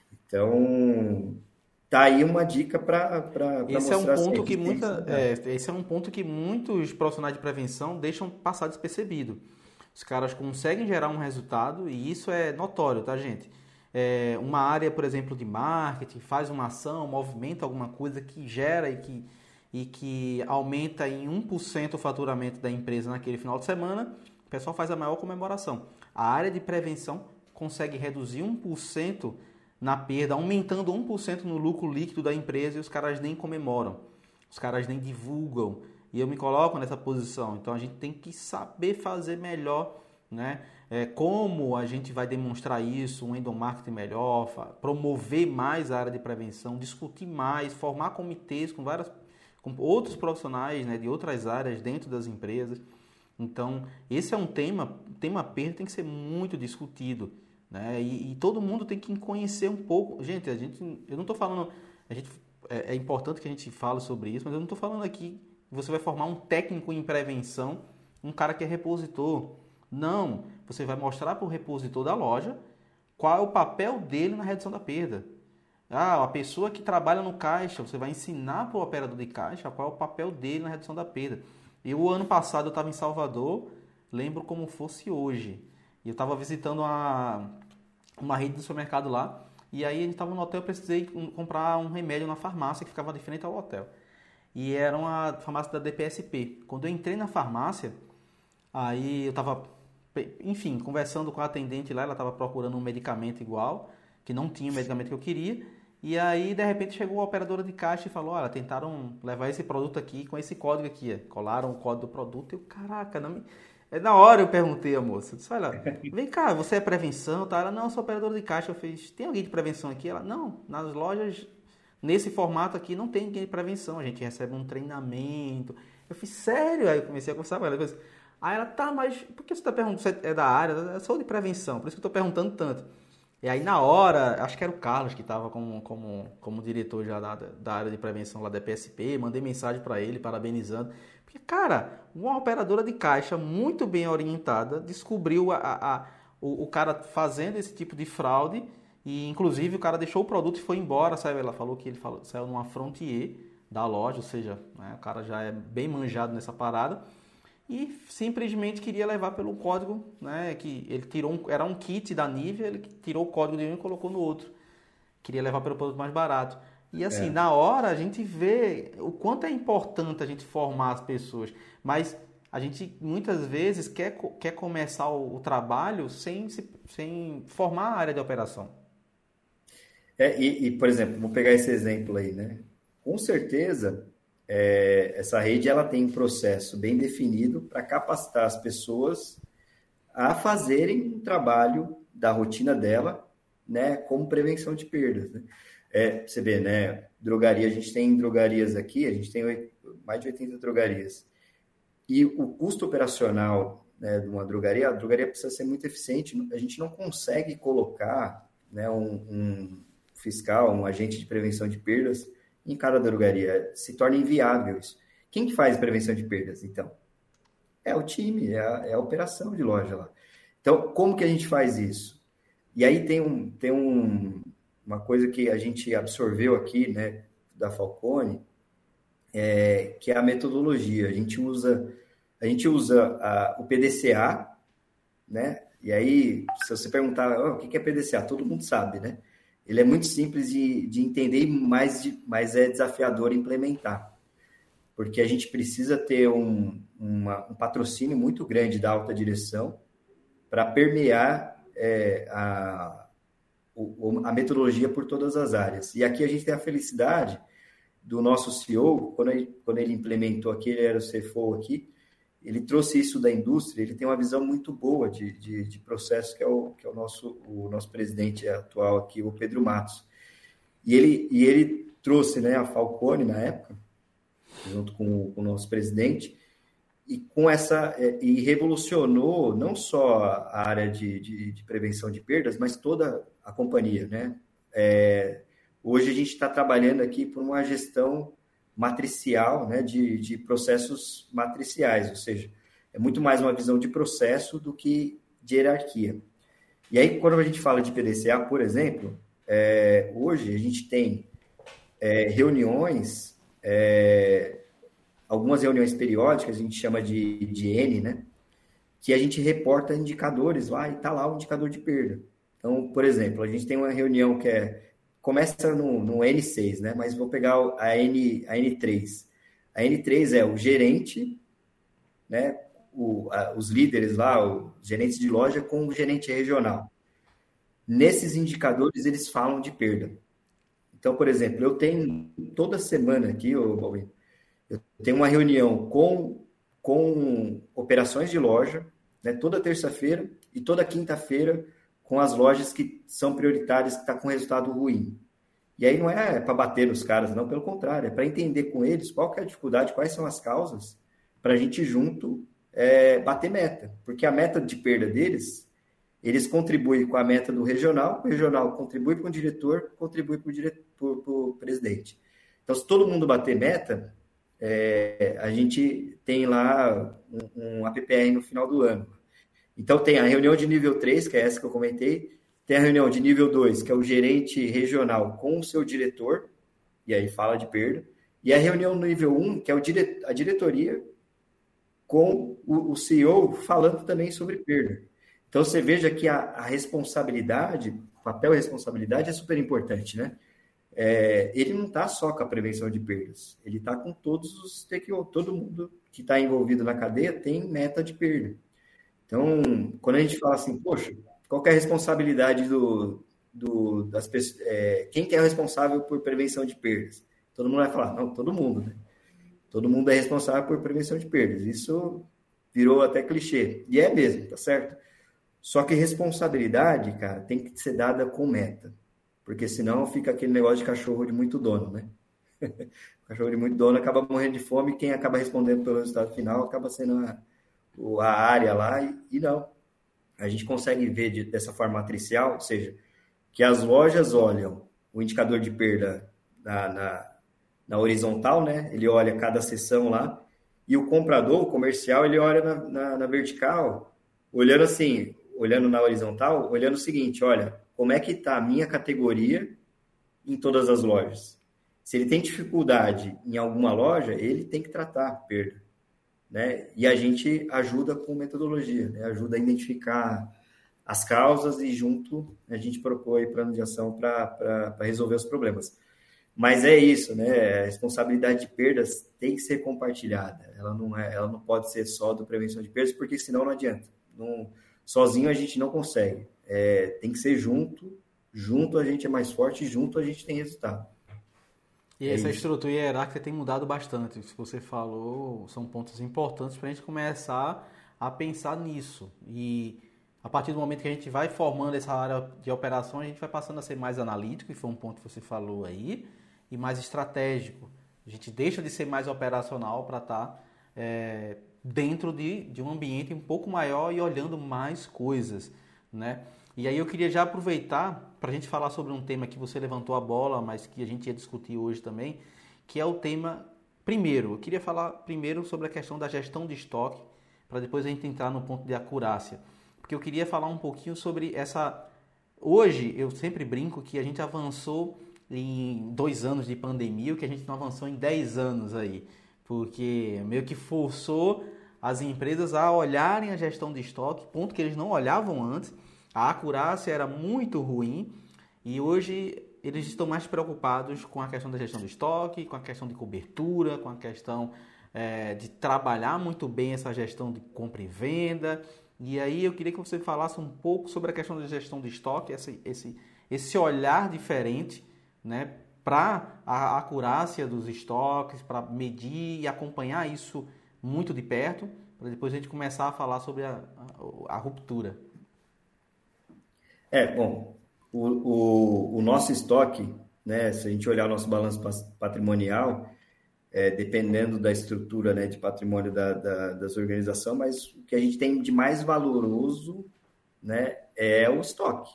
Então, tá aí uma dica para esse mostrar é um ponto essa que muita, é, é, esse é um ponto que muitos profissionais de prevenção deixam passar despercebido. Os caras conseguem gerar um resultado e isso é notório, tá, gente? É, uma área, por exemplo, de marketing, faz uma ação, movimenta alguma coisa que gera e que, e que aumenta em um por cento o faturamento da empresa naquele final de semana, o pessoal faz a maior comemoração. A área de prevenção consegue reduzir um por cento na perda, aumentando um por cento no lucro líquido da empresa e os caras nem comemoram, os caras nem divulgam. E eu me coloco nessa posição. Então a gente tem que saber fazer melhor, né? É, como a gente vai demonstrar isso, um endomarketing melhor, promover mais a área de prevenção, discutir mais, formar comitês com várias, com outros profissionais, né, de outras áreas dentro das empresas. Então esse é um tema, o tema perda tem que ser muito discutido, né? E, e todo mundo tem que conhecer um pouco. Gente, a gente, eu não estou falando, a gente, é, é importante que a gente fale sobre isso, mas eu não estou falando aqui você vai formar um técnico em prevenção, um cara que é repositor. Não, você vai mostrar para o repositor da loja qual é o papel dele na redução da perda. Ah, a pessoa que trabalha no caixa, você vai ensinar para o operador de caixa qual é o papel dele na redução da perda. Eu, ano passado, eu estava em Salvador, lembro como fosse hoje. E eu estava visitando uma, uma rede de supermercado lá, e aí a gente estava no hotel, eu precisei comprar um remédio na farmácia que ficava de frente ao hotel. E era uma farmácia da D P S P. Quando eu entrei na farmácia, aí eu estava, enfim, conversando com a atendente lá, ela estava procurando um medicamento igual, que não tinha o medicamento que eu queria, e aí, de repente, chegou a operadora de caixa e falou, olha, tentaram levar esse produto aqui com esse código aqui, colaram o código do produto, e eu, caraca, não me... Na hora eu perguntei a moça, eu disse, olha, vem cá, você é prevenção, tá? Ela, não, eu sou operadora de caixa. Eu fiz, tem alguém de prevenção aqui? Ela, não, nas lojas... Nesse formato aqui não tem ninguém de prevenção, a gente recebe um treinamento. Eu fiz, sério? Aí eu comecei a conversar com ela. Disse, aí ela, tá, mas por que você está perguntando? Você é da área? Eu sou de prevenção, por isso que eu estou perguntando tanto. E aí na hora, acho que era o Carlos que estava como, como, como diretor já da, da área de prevenção lá da P S P, mandei mensagem para ele, parabenizando. Porque, cara, uma operadora de caixa muito bem orientada descobriu a, a, a, o, o cara fazendo esse tipo de fraude. E, inclusive, o cara deixou o produto e foi embora, sabe? Ela falou que ele falou, saiu numa frontier da loja, ou seja, né, o cara já é bem manjado nessa parada. E simplesmente queria levar pelo código, né? Que ele tirou um, era um kit da Nivea, ele tirou o código de um e colocou no outro. Queria levar pelo produto mais barato. E assim, é. na hora a gente vê o quanto é importante a gente formar as pessoas. Mas a gente muitas vezes quer, quer começar o, o trabalho sem, sem formar a área de operação. É, e, e, por exemplo, vou pegar esse exemplo aí, né? Com certeza, é, essa rede ela tem um processo bem definido para capacitar as pessoas a fazerem um trabalho da rotina dela, né, como prevenção de perdas, né? É, você vê, né? Drogaria, a gente tem drogarias aqui, a gente tem mais de oitenta drogarias. E o custo operacional, né, de uma drogaria, a drogaria precisa ser muito eficiente. A gente não consegue colocar, né, um, um fiscal, um agente de prevenção de perdas em cada drogaria. Se torna inviável isso. Quem que faz prevenção de perdas, então? É o time, é a, é a operação de loja lá. Então, como que a gente faz isso? E aí tem, um, tem um, uma coisa que a gente absorveu aqui, né, da Falcone, é, que é a metodologia. A gente usa, a gente usa a, o P D C A, né? E aí, se você perguntar oh, o que é P D C A, todo mundo sabe, né? Ele é muito simples de, de entender, mas, de, mas é desafiador implementar. Porque a gente precisa ter um, uma, um patrocínio muito grande da alta direção para permear é, a, a metodologia por todas as áreas. E aqui a gente tem a felicidade do nosso C E O, quando ele, quando ele implementou aqui, ele era o C F O aqui, ele trouxe isso da indústria, ele tem uma visão muito boa de, de, de processo, que é, o, que é o, nosso, o nosso presidente atual aqui, o Pedro Matos. E ele, e ele trouxe, né, a Falcone na época, junto com, com o nosso presidente, e com essa e revolucionou não só a área de, de, de prevenção de perdas, mas toda a companhia, né? É, hoje a gente está trabalhando aqui por uma gestão matricial, né, de, de processos matriciais, ou seja, é muito mais uma visão de processo do que de hierarquia. E aí, quando a gente fala de P D C A, por exemplo, é, hoje a gente tem é, reuniões, é, algumas reuniões periódicas, a gente chama de, de N, né, que a gente reporta indicadores lá e está lá o indicador de perda. Então, por exemplo, a gente tem uma reunião que é começa no, no N seis, né? Mas vou pegar a, N, a N três. A N três é o gerente, né? O, a, os líderes lá, os gerentes de loja com o gerente regional. Nesses indicadores, eles falam de perda. Então, por exemplo, eu tenho toda semana aqui, ô, Balbino, eu tenho uma reunião com, com operações de loja, né? Toda terça-feira e toda quinta-feira, com as lojas que são prioritárias, que estão tá com resultado ruim. E aí não é para bater nos caras, não, pelo contrário, é para entender com eles qual que é a dificuldade, quais são as causas, para a gente junto é, bater meta. Porque a meta de perda deles, eles contribuem com a meta do regional, o regional contribui com o diretor, contribui para o dire... presidente. Então, se todo mundo bater meta, é, a gente tem lá um, um A P P R no final do ano. Então, tem a reunião de nível três, que é essa que eu comentei, tem a reunião de nível dois, que é o gerente regional com o seu diretor, e aí fala de perda, e a reunião no nível um, que é o dire... a diretoria com o, o C E O falando também sobre perda. Então, você veja que a, a responsabilidade, o papel e responsabilidade é super importante, né? É, ele não está só com a prevenção de perdas, ele está com todos os stakeholders, todo mundo que está envolvido na cadeia tem meta de perda. Então, quando a gente fala assim, poxa, qual que é a responsabilidade do, do, das pessoas, é, quem que é o responsável por prevenção de perdas? Todo mundo vai falar, não, todo mundo, né? Todo mundo é responsável por prevenção de perdas. Isso virou até clichê. E é mesmo, tá certo? Só que responsabilidade, cara, tem que ser dada com meta. Porque senão fica aquele negócio de cachorro de muito dono, né? Cachorro de muito dono acaba morrendo de fome e quem acaba respondendo pelo resultado final acaba sendo a a área lá, e, e não. A gente consegue ver de, dessa forma matricial, ou seja, que as lojas olham o indicador de perda na, na, na horizontal, né? Ele olha cada seção lá, e o comprador, o comercial, ele olha na, na, na vertical, olhando assim, olhando na horizontal, olhando o seguinte, olha, como é que está a minha categoria em todas as lojas? Se ele tem dificuldade em alguma loja, ele tem que tratar a perda. Né? E a gente ajuda com metodologia, né? Ajuda a identificar as causas e junto a gente propõe plano de ação para resolver os problemas. Mas é isso, né? A responsabilidade de perdas tem que ser compartilhada. Ela não, é, ela não pode ser só do prevenção de perdas, porque senão não adianta. Não, sozinho a gente não consegue. É, tem que ser junto, junto a gente é mais forte, junto a gente tem resultado. E é essa isso. Estrutura hierárquica tem mudado bastante. Se você falou, são pontos importantes para a gente começar a pensar nisso. E A partir do momento que a gente vai formando essa área de operações, a gente vai passando a ser mais analítico, e foi um ponto que você falou aí, e mais estratégico. A gente deixa de ser mais operacional para estar é, dentro de, de um ambiente um pouco maior e olhando mais coisas, né? E aí eu queria já aproveitar para a gente falar sobre um tema que você levantou a bola, mas que a gente ia discutir hoje também, que é o tema, primeiro, eu queria falar primeiro sobre a questão da gestão de estoque, para depois a gente entrar no ponto de acurácia. Porque eu queria falar um pouquinho sobre essa... Hoje, eu sempre brinco que a gente avançou em dois anos de pandemia, o que a gente não avançou em dez anos aí. Porque meio que forçou as empresas a olharem a gestão de estoque, ponto que eles não olhavam antes. A acurácia era muito ruim e hoje eles estão mais preocupados com a questão da gestão de estoque, com a questão de cobertura, com a questão é, de trabalhar muito bem essa gestão de compra e venda. E aí eu queria que você falasse um pouco sobre a questão da gestão de estoque, esse, esse, esse olhar diferente, né, para a acurácia dos estoques, para medir e acompanhar isso muito de perto, para depois a gente começar a falar sobre a, a, a ruptura. É, bom, o, o, o nosso estoque, né, se a gente olhar o nosso balanço patrimonial, É, dependendo da estrutura, né, de patrimônio da, da, das organizações, mas o que a gente tem de mais valoroso, né, é o estoque.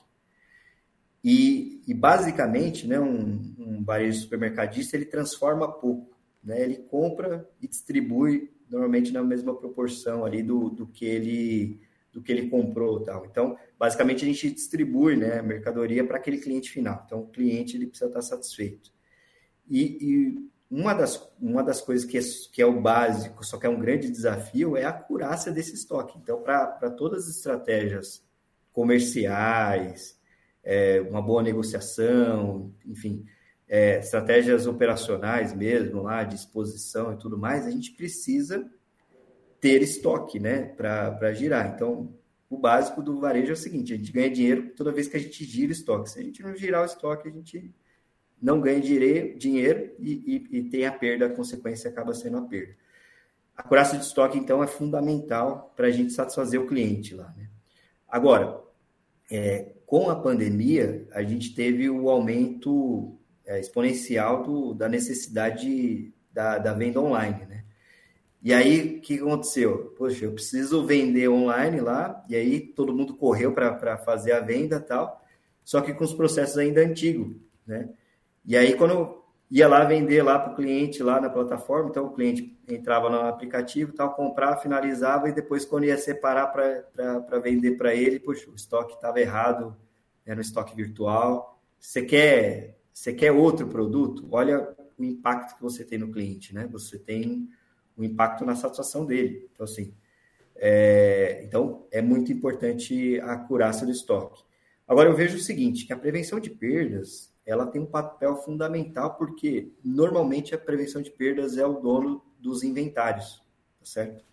E, e basicamente, né, um, um varejo supermercadista, ele transforma pouco, né, ele compra e distribui normalmente na mesma proporção ali do, do, que, ele, do que ele comprou. Tal. Então, basicamente, a gente distribui, né, a mercadoria para aquele cliente final. Então, o cliente ele precisa estar satisfeito. E... e Uma das, uma das coisas que é, que é o básico, só que é um grande desafio, é a acurácia desse estoque. Então, para todas as estratégias comerciais, é, uma boa negociação, enfim, é, estratégias operacionais mesmo, lá, de exposição e tudo mais, a gente precisa ter estoque, né, para girar. Então, o básico do varejo é o seguinte, a gente ganha dinheiro toda vez que a gente gira estoque. Se a gente não girar o estoque, a gente não ganha dinheiro e, e, e tem a perda, a consequência acaba sendo a perda. A acurácia de estoque, então, é fundamental para a gente satisfazer o cliente lá, né? Agora, é, com a pandemia, a gente teve o aumento é, exponencial do, da necessidade da, da venda online, né? E aí, o que aconteceu? Poxa, eu preciso vender online lá, e aí todo mundo correu para fazer a venda e tal, só que com os processos ainda antigos, né? E aí, quando eu ia lá vender lá para o cliente, lá na plataforma, então o cliente entrava no aplicativo, tal, comprava, finalizava, e depois, quando ia separar para vender para ele, poxa, o estoque estava errado, era um estoque virtual. Você quer, você quer outro produto? Olha o impacto que você tem no cliente, né? Você tem um impacto na satisfação dele. Então, assim, é, então, é muito importante a acurácia do estoque. Agora, eu vejo o seguinte, que a prevenção de perdas, ela tem um papel fundamental, porque normalmente a prevenção de perdas é o dono dos inventários, tá certo?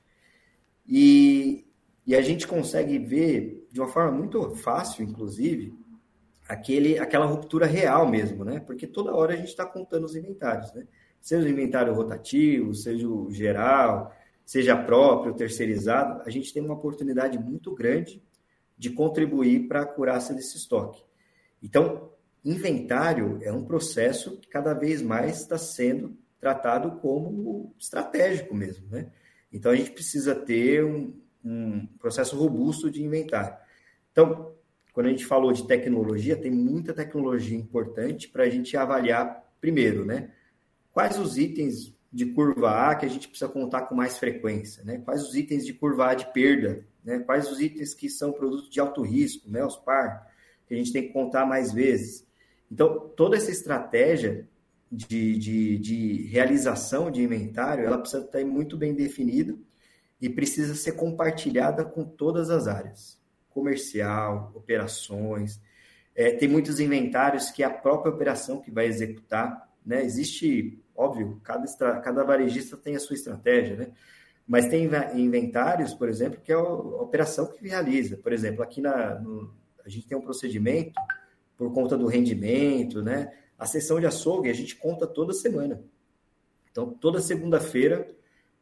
E, e a gente consegue ver, de uma forma muito fácil, inclusive, aquele, aquela ruptura real mesmo, né? Porque toda hora a gente está contando os inventários, né? Seja o inventário rotativo, seja o geral, seja próprio, terceirizado, a gente tem uma oportunidade muito grande de contribuir para a acurácia desse estoque. Então, inventário é um processo que cada vez mais está sendo tratado como estratégico mesmo, né? Então, a gente precisa ter um, um processo robusto de inventário. Então, quando a gente falou de tecnologia, tem muita tecnologia importante para a gente avaliar primeiro, né? Quais os itens de curva A que a gente precisa contar com mais frequência, né? Quais os itens de curva A de perda, né? Quais os itens que são produtos de alto risco, né? Os P A R, que a gente tem que contar mais vezes. Então, toda essa estratégia de, de, de realização de inventário, ela precisa estar muito bem definida e precisa ser compartilhada com todas as áreas. Comercial, operações. É, tem muitos inventários que é a própria operação que vai executar, né? Existe, óbvio, cada, cada varejista tem a sua estratégia, né? Mas tem inventários, por exemplo, que é a operação que realiza. Por exemplo, aqui na, no, a gente tem um procedimento por conta do rendimento, né? A sessão de açougue a gente conta toda semana. Então, toda segunda-feira,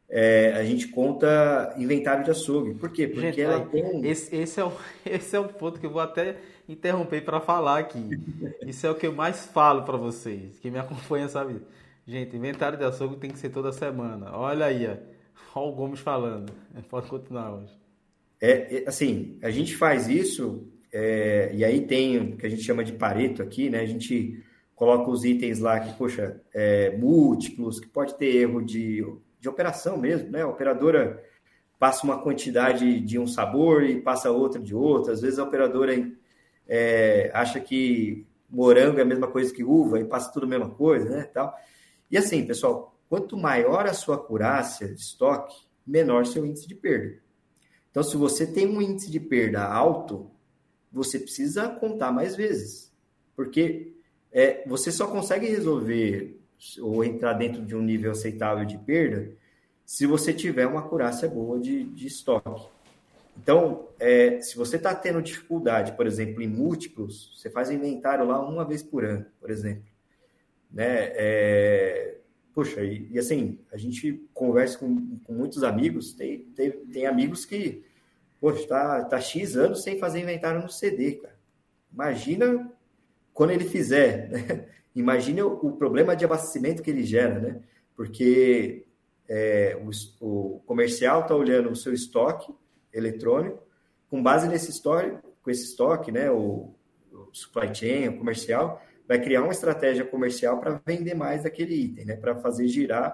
é, a gente conta inventário de açougue. Por quê? Porque Gente, ela aí, tem... esse, esse, é o, esse é o ponto que eu vou até interromper para falar aqui. Isso é o que eu mais falo para vocês. Quem me acompanha sabe. Gente, inventário de açougue tem que ser toda semana. Olha aí, ó. Olha o Gomes falando. Pode continuar hoje. É, é, assim, a gente faz isso, é, e aí tem o que a gente chama de Pareto aqui, né? A gente coloca os itens lá que, poxa, é, múltiplos, que pode ter erro de, de operação mesmo, né? A operadora passa uma quantidade de um sabor e passa outra de outro. Às vezes a operadora é, acha que morango é a mesma coisa que uva e passa tudo a mesma coisa, né? Tal. E assim, pessoal, quanto maior a sua acurácia de estoque, menor seu índice de perda. Então, se você tem um índice de perda alto, você precisa contar mais vezes. Porque é, você só consegue resolver ou entrar dentro de um nível aceitável de perda se você tiver uma acurácia boa de, de estoque. Então, é, se você está tendo dificuldade, por exemplo, em múltiplos, você faz o inventário lá uma vez por ano, por exemplo. Né? É, poxa, e, e assim, a gente conversa com, com muitos amigos, tem, tem, tem amigos que, poxa, tá, tá X anos sem fazer inventário no C D, cara. Imagina quando ele fizer, né? Imagina o, o problema de abastecimento que ele gera, né? Porque é, o, o comercial está olhando o seu estoque eletrônico, com base nesse estoque, com esse estoque, né? O, o supply chain, o comercial, vai criar uma estratégia comercial para vender mais aquele item, né? Para fazer girar,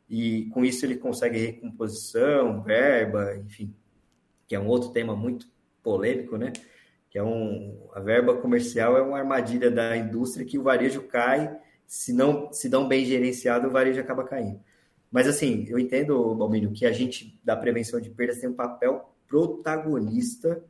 e com isso ele consegue recomposição, verba, enfim, que é um outro tema muito polêmico, né? Que é um, a verba comercial é uma armadilha da indústria que o varejo cai, se não, se não bem gerenciado, o varejo acaba caindo. Mas assim, eu entendo, Balbino, que a gente da prevenção de perdas tem um papel protagonista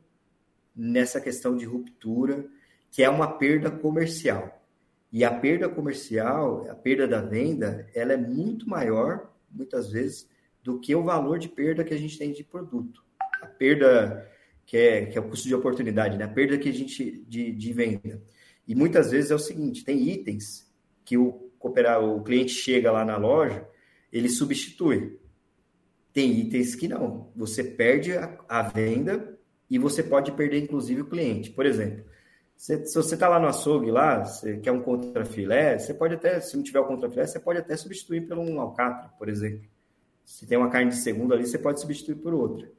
nessa questão de ruptura, que é uma perda comercial. E a perda comercial, a perda da venda, ela é muito maior, muitas vezes, do que o valor de perda que a gente tem de produto. A perda que é, que é o custo de oportunidade, né? A perda que a gente de, de venda. E muitas vezes é o seguinte, tem itens que o, o cliente chega lá na loja, ele substitui. Tem itens que não. Você perde a, a venda e você pode perder, inclusive, o cliente. Por exemplo, se, se você está lá no açougue, lá, você quer um contrafilé, você pode até, se não tiver o contrafilé, você pode até substituir por um alcatra, por exemplo. Se tem uma carne de segunda ali, você pode substituir por outra.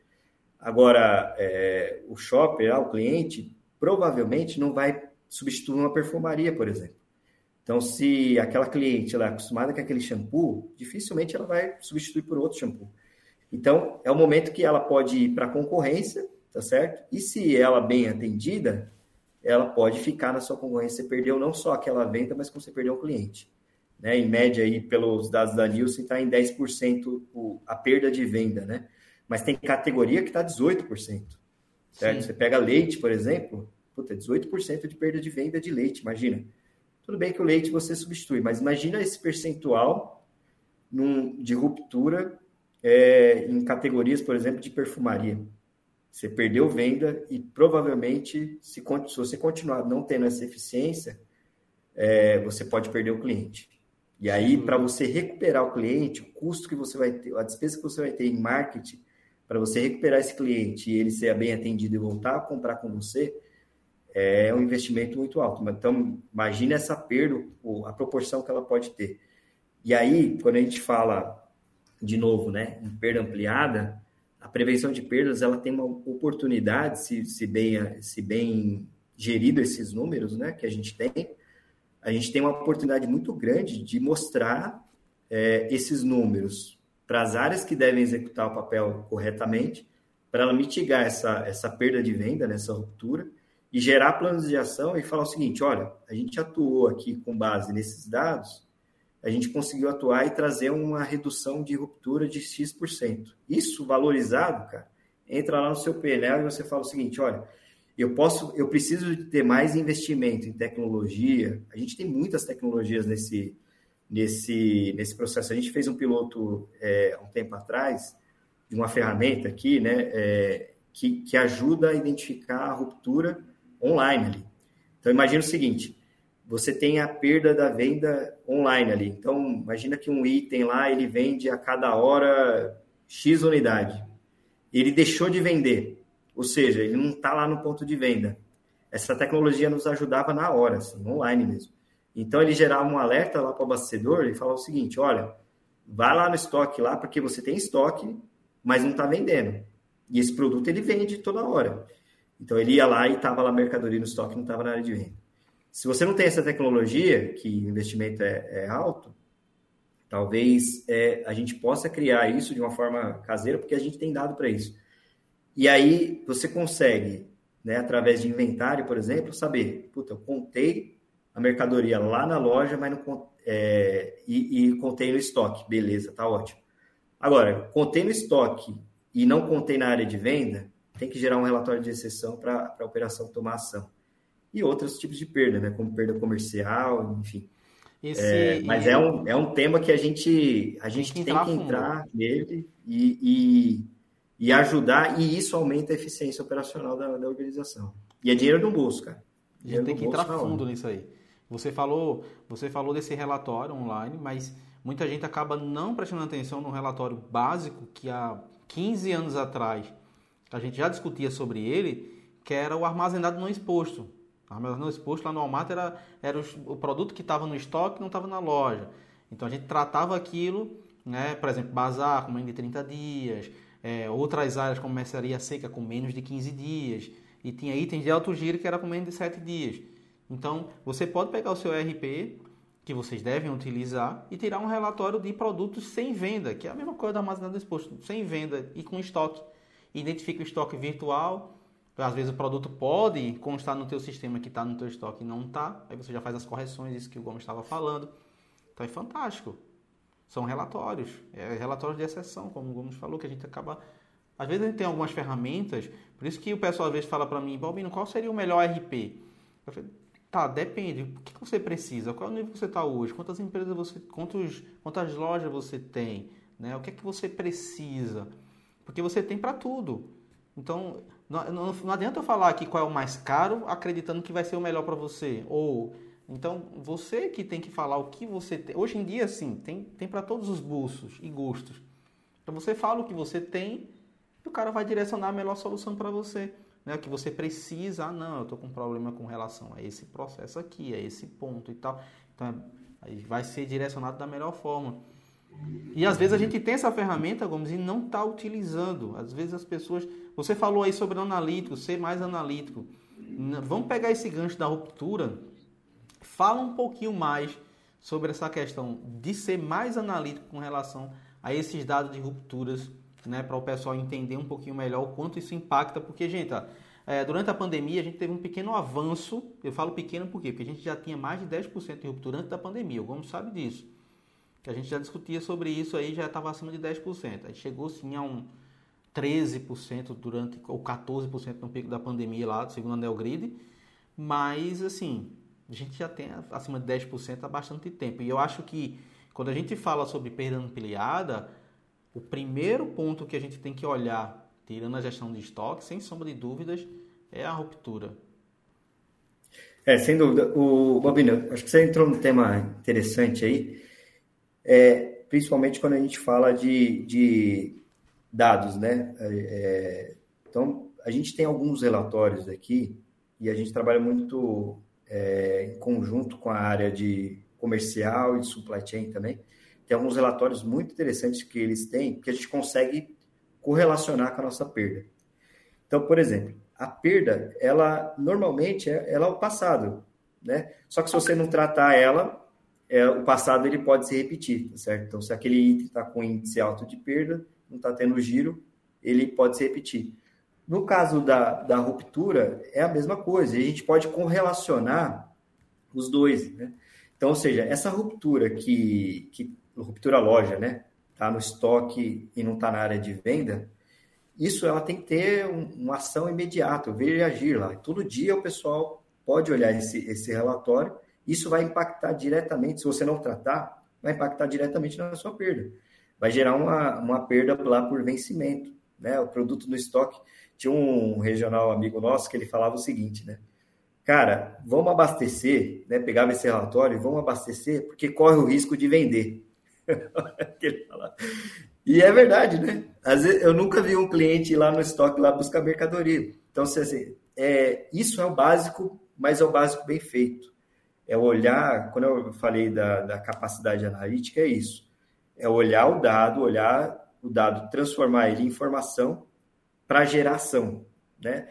Agora, é, o shopper, o cliente, provavelmente não vai substituir uma perfumaria, por exemplo. Então, se aquela cliente ela é acostumada com aquele shampoo, dificilmente ela vai substituir por outro shampoo. Então, é o momento que ela pode ir para a concorrência, tá certo? E se ela bem atendida, ela pode ficar na sua concorrência. Você perdeu não só aquela venda, mas como você perdeu o cliente. Né? Em média, aí, pelos dados da Nielsen, está em dez por cento o, a perda de venda, né? Mas tem categoria que está dezoito por cento. Certo? Sim. Você pega leite, por exemplo, puta, dezoito por cento de perda de venda de leite, imagina. Tudo bem que o leite você substitui, mas imagina esse percentual num, de ruptura é, em categorias, por exemplo, de perfumaria. Você perdeu venda e provavelmente, se, se você continuar não tendo essa eficiência, é, você pode perder o cliente. E aí, para você recuperar o cliente, o custo que você vai ter, a despesa que você vai ter em marketing, para você recuperar esse cliente e ele ser bem atendido e voltar a comprar com você, é um investimento muito alto. Então, imagine essa perda, a proporção que ela pode ter. E aí, quando a gente fala, de novo, né, em perda ampliada, a prevenção de perdas ela tem uma oportunidade, se, se, bem, se bem gerido esses números, né, que a gente tem, a gente tem uma oportunidade muito grande de mostrar é, esses números para as áreas que devem executar o papel corretamente, para ela mitigar essa, essa perda de venda, né, essa ruptura, e gerar planos de ação e falar o seguinte, olha, a gente atuou aqui com base nesses dados, a gente conseguiu atuar e trazer uma redução de ruptura de X por cento. Isso valorizado, cara, entra lá no seu P e L e você fala o seguinte, olha, eu posso, eu preciso de ter mais investimento em tecnologia, a gente tem muitas tecnologias nesse, nesse, nesse processo. A gente fez um piloto é, há um tempo atrás, de uma ferramenta aqui, né, é, que, que ajuda a identificar a ruptura online ali. Então, imagina o seguinte, você tem a perda da venda online ali. Então, imagina que um item lá, ele vende a cada hora X unidade. Ele deixou de vender, ou seja, ele não está lá no ponto de venda. Essa tecnologia nos ajudava na hora, assim, online mesmo. Então, ele gerava um alerta lá para o abastecedor e falava o seguinte, olha, vai lá no estoque lá, porque você tem estoque, mas não está vendendo. E esse produto ele vende toda hora. Então, ele ia lá e estava lá a mercadoria no estoque, não estava na área de venda. Se você não tem essa tecnologia, que o investimento é, é alto, talvez é, a gente possa criar isso de uma forma caseira, porque a gente tem dado para isso. E aí, você consegue, né, através de inventário, por exemplo, saber, puta, eu contei a mercadoria lá na loja, mas não é, e, e contei no estoque. Beleza, tá ótimo. Agora, contei no estoque e não contei na área de venda, tem que gerar um relatório de exceção para a operação tomar ação. E outros tipos de perda, né? Como perda comercial, enfim. Esse, é, mas e... é, um, é um tema que a gente, a gente tem que entrar, tem que entrar nele e, e, e ajudar, e isso aumenta a eficiência operacional da, da organização. E é dinheiro no bolso, cara. A gente tem que entrar fundo nisso aí. Você falou, você falou desse relatório online, mas muita gente acaba não prestando atenção no relatório básico que há quinze anos atrás a gente já discutia sobre ele, que era o armazenado não exposto. O armazenado não exposto lá no Walmart era, era o, o produto que estava no estoque não estava na loja. Então a gente tratava aquilo, né, por exemplo, bazar com menos de trinta dias, é, outras áreas como mercearia seca com menos de quinze dias, e tinha itens de alto giro que era com menos de sete dias. Então você pode pegar o seu E R P, que vocês devem utilizar, e tirar um relatório de produtos sem venda, que é a mesma coisa do armazenado exposto, sem venda e com estoque. Identifica o estoque virtual, às vezes o produto pode constar no teu sistema que está no teu estoque e não está, aí você já faz as correções, isso que o Gomes estava falando. Então é fantástico. São relatórios, é relatórios de exceção, como o Gomes falou, que a gente acaba... Às vezes a gente tem algumas ferramentas, por isso que o pessoal às vezes fala para mim, Balbino, qual seria o melhor E R P? Eu falei, tá, depende, o que você precisa, qual é o nível que você está hoje, quantas empresas você, quantos, quantas lojas você tem, né? O que é que você precisa? Porque você tem para tudo. Então, não, não, não adianta eu falar aqui qual é o mais caro, acreditando que vai ser o melhor para você. Ou, então, você que tem que falar o que você tem. Hoje em dia, sim, tem, tem para todos os bolsos e gostos. Então, você fala o que você tem e o cara vai direcionar a melhor solução para você. Né? O que você precisa. Ah, não, eu estou com um problema com relação a esse processo aqui, a esse ponto e tal. Então, aí vai ser direcionado da melhor forma. E às vezes a gente tem essa ferramenta, Gomes, e não está utilizando. Às vezes as pessoas... Você falou aí sobre analítico, ser mais analítico. Vamos pegar esse gancho da ruptura. Fala um pouquinho mais sobre essa questão de ser mais analítico com relação a esses dados de rupturas, né, para o pessoal entender um pouquinho melhor o quanto isso impacta. Porque, gente, ó, é, durante a pandemia a gente teve um pequeno avanço. Eu falo pequeno por quê? Porque a gente já tinha mais de dez por cento de ruptura antes da pandemia. O Gomes sabe disso. Que a gente já discutia sobre isso aí, já estava acima de dez por cento. Aí chegou sim a um treze por cento durante, ou quatorze por cento no pico da pandemia lá, segundo a Neogrid. Mas, assim, a gente já tem acima de dez por cento há bastante tempo. E eu acho que, quando a gente fala sobre perda ampliada, o primeiro ponto que a gente tem que olhar, tirando a gestão de estoque, sem sombra de dúvidas, é a ruptura. É, sem dúvida. O Balbino, acho que você entrou num tema interessante aí. É, principalmente quando a gente fala de, de dados, né? É, então, a gente tem alguns relatórios aqui e a gente trabalha muito é, em conjunto com a área de comercial e de supply chain também. Tem alguns relatórios muito interessantes que eles têm que a gente consegue correlacionar com a nossa perda. Então, por exemplo, a perda, ela normalmente é, ela é o passado, né? Só que se você não tratar ela, É, o passado ele pode se repetir, tá certo? Então, se aquele item está com índice alto de perda, não está tendo giro, ele pode se repetir. No caso da, da ruptura, é a mesma coisa. E a gente pode correlacionar os dois, né? Então, ou seja, essa ruptura que... que ruptura loja, né? Está no estoque e não está na área de venda, isso ela tem que ter um, uma ação imediata, ver e agir lá. Todo dia o pessoal pode olhar esse, esse relatório. Isso vai impactar diretamente, se você não tratar, vai impactar diretamente na sua perda. Vai gerar uma, uma perda lá por vencimento, né? O produto no estoque. Tinha um regional amigo nosso que ele falava o seguinte, né? Cara, vamos abastecer, né? Pegava esse relatório, vamos abastecer, porque corre o risco de vender. E é verdade, né? Às vezes, eu nunca vi um cliente ir lá no estoque lá buscar mercadoria. Então, assim, é, isso é o básico, mas é o básico bem feito. É olhar, quando eu falei da, da capacidade analítica, é isso. É olhar o dado, olhar o dado, transformar ele em informação para geração, né?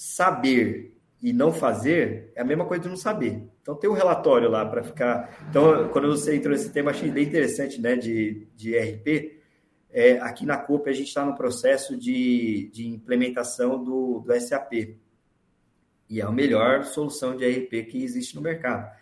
Saber e não fazer é a mesma coisa de não saber. Então, tem um relatório lá para ficar... Então, quando você entrou nesse tema, achei bem interessante, né, de, de E R P. É, aqui na Coop, a gente está no processo de, de implementação do, do S A P. E é a melhor solução de E R P que existe no mercado.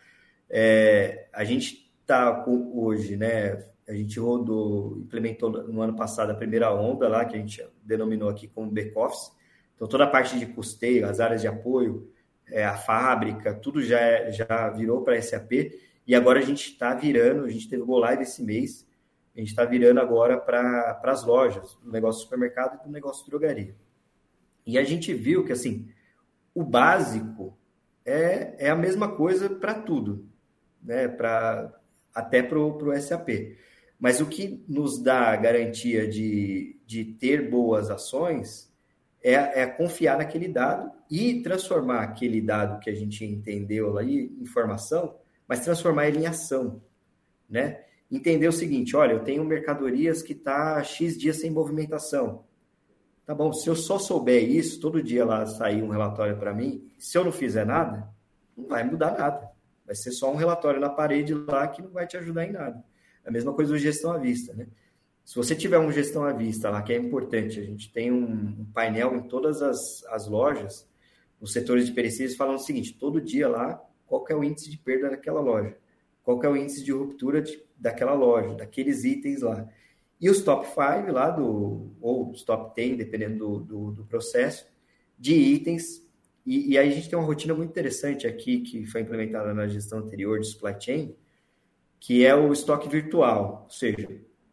É, a gente está hoje, né? A gente rodou, implementou no ano passado a primeira onda lá, que a gente denominou aqui como back-office. Então, toda a parte de custeio, as áreas de apoio, é, a fábrica, tudo já, já virou para S A P. E agora a gente está virando, a gente teve o Go Live esse mês, a gente está virando agora para as lojas, do negócio de supermercado e do negócio de drogaria. E a gente viu que, assim, o básico é, é a mesma coisa para tudo, né? Pra, até para o S A P. Mas o que nos dá a garantia de, de ter boas ações é, é confiar naquele dado e transformar aquele dado que a gente entendeu lá em informação, mas transformar ele em ação, né? Entender o seguinte, olha, eu tenho mercadorias que está X dias sem movimentação. Tá bom, se eu só souber isso, todo dia lá sair um relatório para mim, se eu não fizer nada, não vai mudar nada. Vai ser só um relatório na parede lá que não vai te ajudar em nada. A mesma coisa do gestão à vista, né? Se você tiver um gestão à vista lá, que é importante, a gente tem um, um painel em todas as, as lojas, os setores de perecíveis falando o seguinte, todo dia lá, qual que é o índice de perda daquela loja? Qual que é o índice de ruptura de, daquela loja, daqueles itens lá? E os top cinco lá, do, ou os top dez, dependendo do, do, do processo, de itens. E, e aí a gente tem uma rotina muito interessante aqui, que foi implementada na gestão anterior de supply chain, que é o estoque virtual. Ou seja,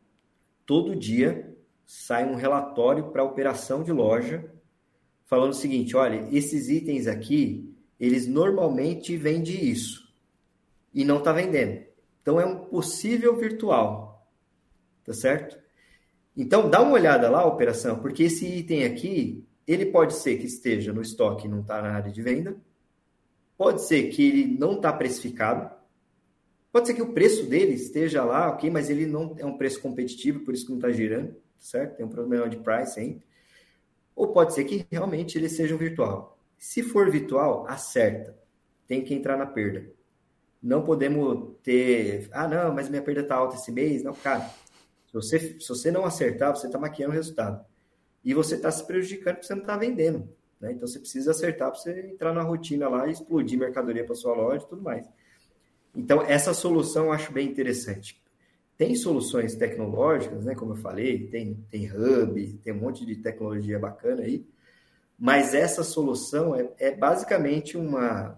todo dia sai um relatório para a operação de loja, falando o seguinte, olha, esses itens aqui, eles normalmente vendem isso, e não está vendendo. Então, é um possível virtual, tá certo? Então, dá uma olhada lá, operação, porque esse item aqui, ele pode ser que esteja no estoque e não está na área de venda, pode ser que ele não está precificado, pode ser que o preço dele esteja lá, ok, mas ele não é um preço competitivo, por isso que não está girando, certo? Tem um problema de price aí. Ou pode ser que realmente ele seja um virtual. Se for virtual, acerta. Tem que entrar na perda. Não podemos ter... Ah, não, mas minha perda está alta esse mês. Não, cara. Se você, se você não acertar, você está maquiando o resultado. E você está se prejudicando porque você não está vendendo. Né? Então, você precisa acertar para você entrar na rotina lá e explodir mercadoria para sua loja e tudo mais. Então, essa solução eu acho bem interessante. Tem soluções tecnológicas, né? Como eu falei, tem, tem hub, tem um monte de tecnologia bacana aí, mas essa solução é, é basicamente uma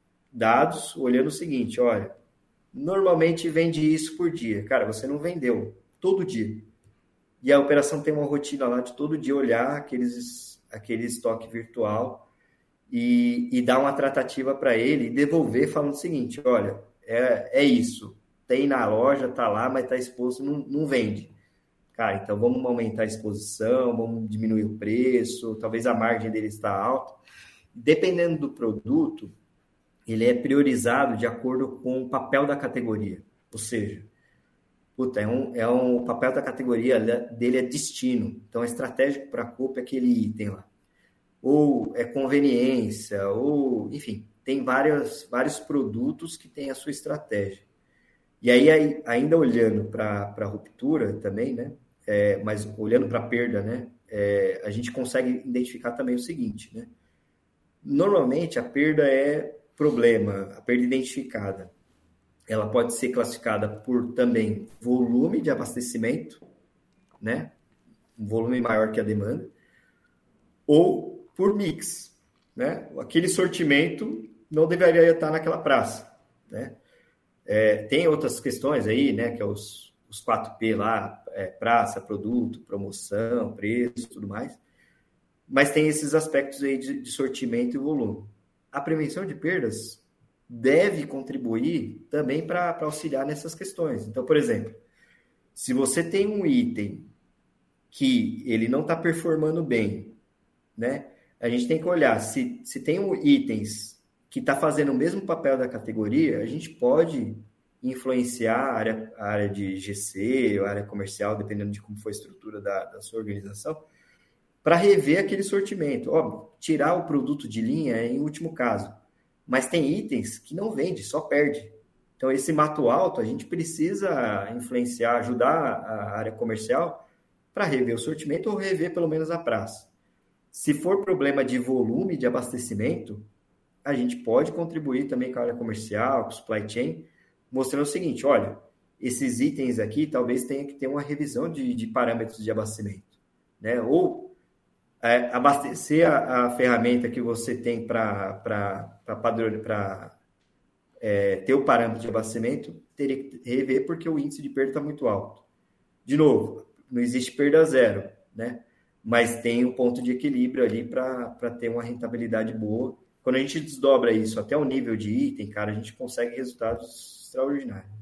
dados olhando o seguinte, olha, normalmente vende isso por dia. Cara, você não vendeu todo dia. E a operação tem uma rotina lá de todo dia olhar aqueles, aquele estoque virtual e, e dar uma tratativa para ele e devolver falando o seguinte, olha, é, é isso. Tem na loja, tá lá, mas tá exposto, não, não vende. Cara, então vamos aumentar a exposição, vamos diminuir o preço, talvez a margem dele está alta. Dependendo do produto, ele é priorizado de acordo com o papel da categoria. Ou seja, puta, é um, é um, o papel da categoria dele é destino. Então é estratégico para a Coop aquele item lá. Ou é conveniência, ou, enfim, tem vários, vários produtos que têm a sua estratégia. E aí, ainda olhando para a ruptura também, né? É, mas olhando para a perda, né? É, a gente consegue identificar também o seguinte, né? Normalmente, a perda é problema, a perda identificada. Ela pode ser classificada por também volume de abastecimento, né? Um volume maior que a demanda, ou por mix, né? Aquele sortimento não deveria estar naquela praça, né? É, tem outras questões aí, né, que é os, os quatro P lá, é, praça, produto, promoção, preço, tudo mais. Mas tem esses aspectos aí de, de sortimento e volume. A prevenção de perdas deve contribuir também para auxiliar nessas questões. Então, por exemplo, Se você tem um item que ele não está performando bem, né? A gente tem que olhar se, se tem itens que está fazendo o mesmo papel da categoria, a gente pode influenciar a área, a área de G C, a área comercial, dependendo de como foi a estrutura da, da sua organização, para rever aquele sortimento. Óbvio, tirar o produto de linha é em último caso, mas tem itens que não vende, só perde. Então, esse mato alto, a gente precisa influenciar, ajudar a área comercial para rever o sortimento ou rever pelo menos a praça. Se for problema de volume de abastecimento, a gente pode contribuir também com a área comercial, com o supply chain, mostrando o seguinte, olha, esses itens aqui talvez tenha que ter uma revisão de, de parâmetros de abastecimento, né? Ou é, abastecer a, a ferramenta que você tem para é, ter o parâmetro de abastecimento, teria que rever porque o índice de perda está muito alto. De novo, não existe perda zero, né? Mas tem um ponto de equilíbrio ali para ter uma rentabilidade boa. Quando a gente desdobra isso até o nível de item, cara, a gente consegue resultados extraordinários.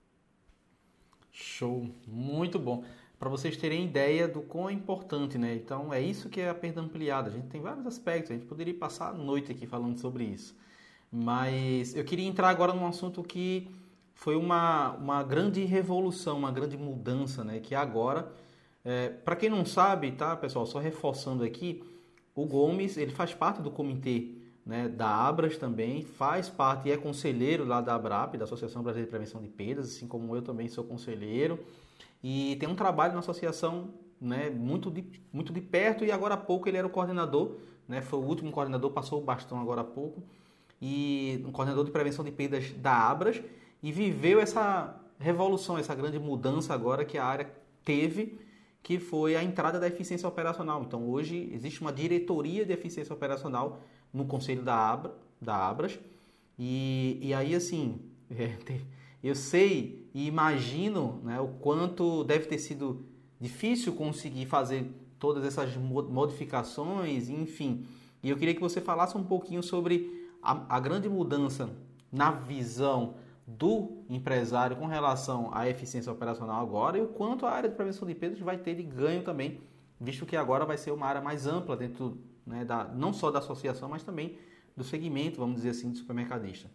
Show, muito bom. Para vocês terem ideia do quão é importante, né? Então, é isso que é a perda ampliada. A gente tem vários aspectos, a gente poderia passar a noite aqui falando sobre isso. Mas eu queria entrar agora num assunto que foi uma, uma grande revolução, uma grande mudança, né? Que agora, é, para quem não sabe, tá, pessoal, só reforçando aqui, o Gomes, ele faz parte do comitê, né, da Abras também, faz parte e é conselheiro lá da ABRAP, da Associação Brasileira de Prevenção de Perdas, assim como eu também sou conselheiro, e tem um trabalho na associação, né, muito, de, muito de perto, e agora há pouco ele era o coordenador, né, foi o último coordenador, passou o bastão agora há pouco, e um coordenador de prevenção de perdas da Abras, e viveu essa revolução, essa grande mudança agora que a área teve, que foi a entrada da eficiência operacional. Então, hoje, existe uma diretoria de eficiência operacional no conselho da, Abra, da Abras. E, e aí, assim, é, eu sei e imagino, né, o quanto deve ter sido difícil conseguir fazer todas essas modificações, enfim. E eu queria que você falasse um pouquinho sobre a, a grande mudança na visão do empresário com relação à eficiência operacional agora e o quanto a área de prevenção de perdas vai ter de ganho também, visto que agora vai ser uma área mais ampla dentro, né, da, não só da associação, mas também do segmento, vamos dizer assim, de supermercadista.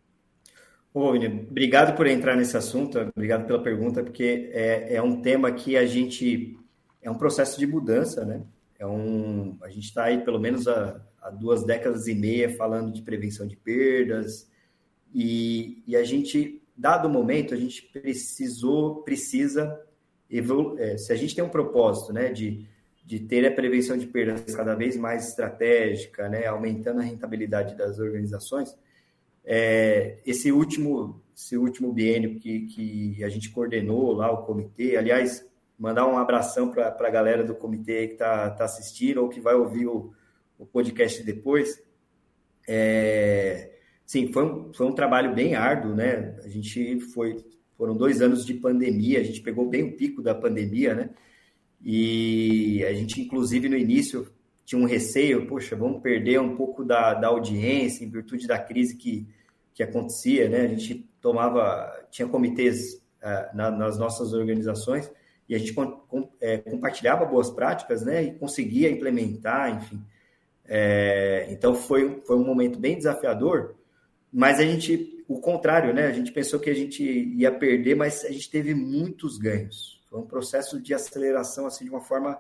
Ô, Vini, obrigado por entrar nesse assunto, obrigado pela pergunta, porque é, é um tema que a gente... É um processo de mudança, né? É um, a gente está aí pelo menos há, há duas décadas e meia falando de prevenção de perdas, E, e a gente, dado o momento, a gente precisou, precisa, evolu- é, se a gente tem um propósito, né, de, de ter a prevenção de perdas cada vez mais estratégica, né, aumentando a rentabilidade das organizações, é, esse, último, esse último biênio que, que a gente coordenou lá, o comitê, aliás, mandar um abração para a galera do comitê que está tá assistindo ou que vai ouvir o, o podcast depois, é... Sim, foi um, foi um trabalho bem árduo, né? A gente foi, foram dois anos de pandemia, a gente pegou bem o pico da pandemia, né? E a gente, inclusive, no início tinha um receio, poxa, vamos perder um pouco da, da audiência em virtude da crise que, que acontecia, né? A gente tomava, tinha comitês uh, na, nas nossas organizações e a gente com, com, é, compartilhava boas práticas, né? E conseguia implementar, enfim. É, então, foi, foi um momento bem desafiador. Mas a gente, o contrário, né? A gente pensou que a gente ia perder, mas a gente teve muitos ganhos. Foi um processo de aceleração, assim, de uma forma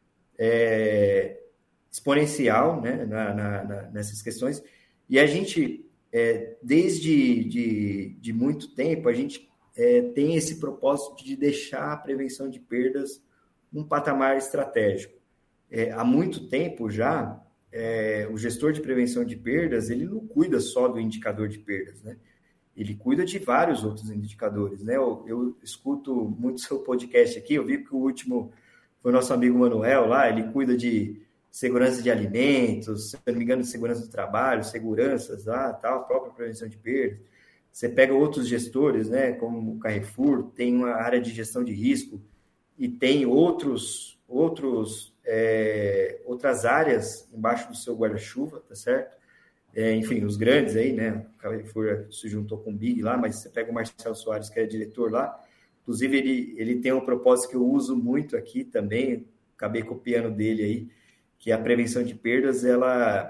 é, exponencial, né? Na, na, na, nessas questões. E a gente, é, desde de, de muito tempo, a gente é, tem esse propósito de deixar a prevenção de perdas num patamar estratégico. É, há muito tempo já... É, o gestor de prevenção de perdas, ele não cuida só do indicador de perdas, né? Ele cuida de vários outros indicadores, né? Eu, eu escuto muito seu podcast aqui, eu vi que o último foi o nosso amigo Manuel lá, ele cuida de segurança de alimentos, se não me engano, de segurança do trabalho, seguranças lá, tal, própria prevenção de perdas. Você pega outros gestores, né? Como o Carrefour, tem uma área de gestão de risco e tem outros, outros É, outras áreas embaixo do seu guarda-chuva, tá certo? É, enfim, os grandes aí, né? O Carrefour se juntou com o Big lá, mas você pega o Marcelo Soares, que é diretor lá, Inclusive, ele, ele tem um propósito que eu uso muito aqui também, acabei copiando dele aí, que a prevenção de perdas, ela,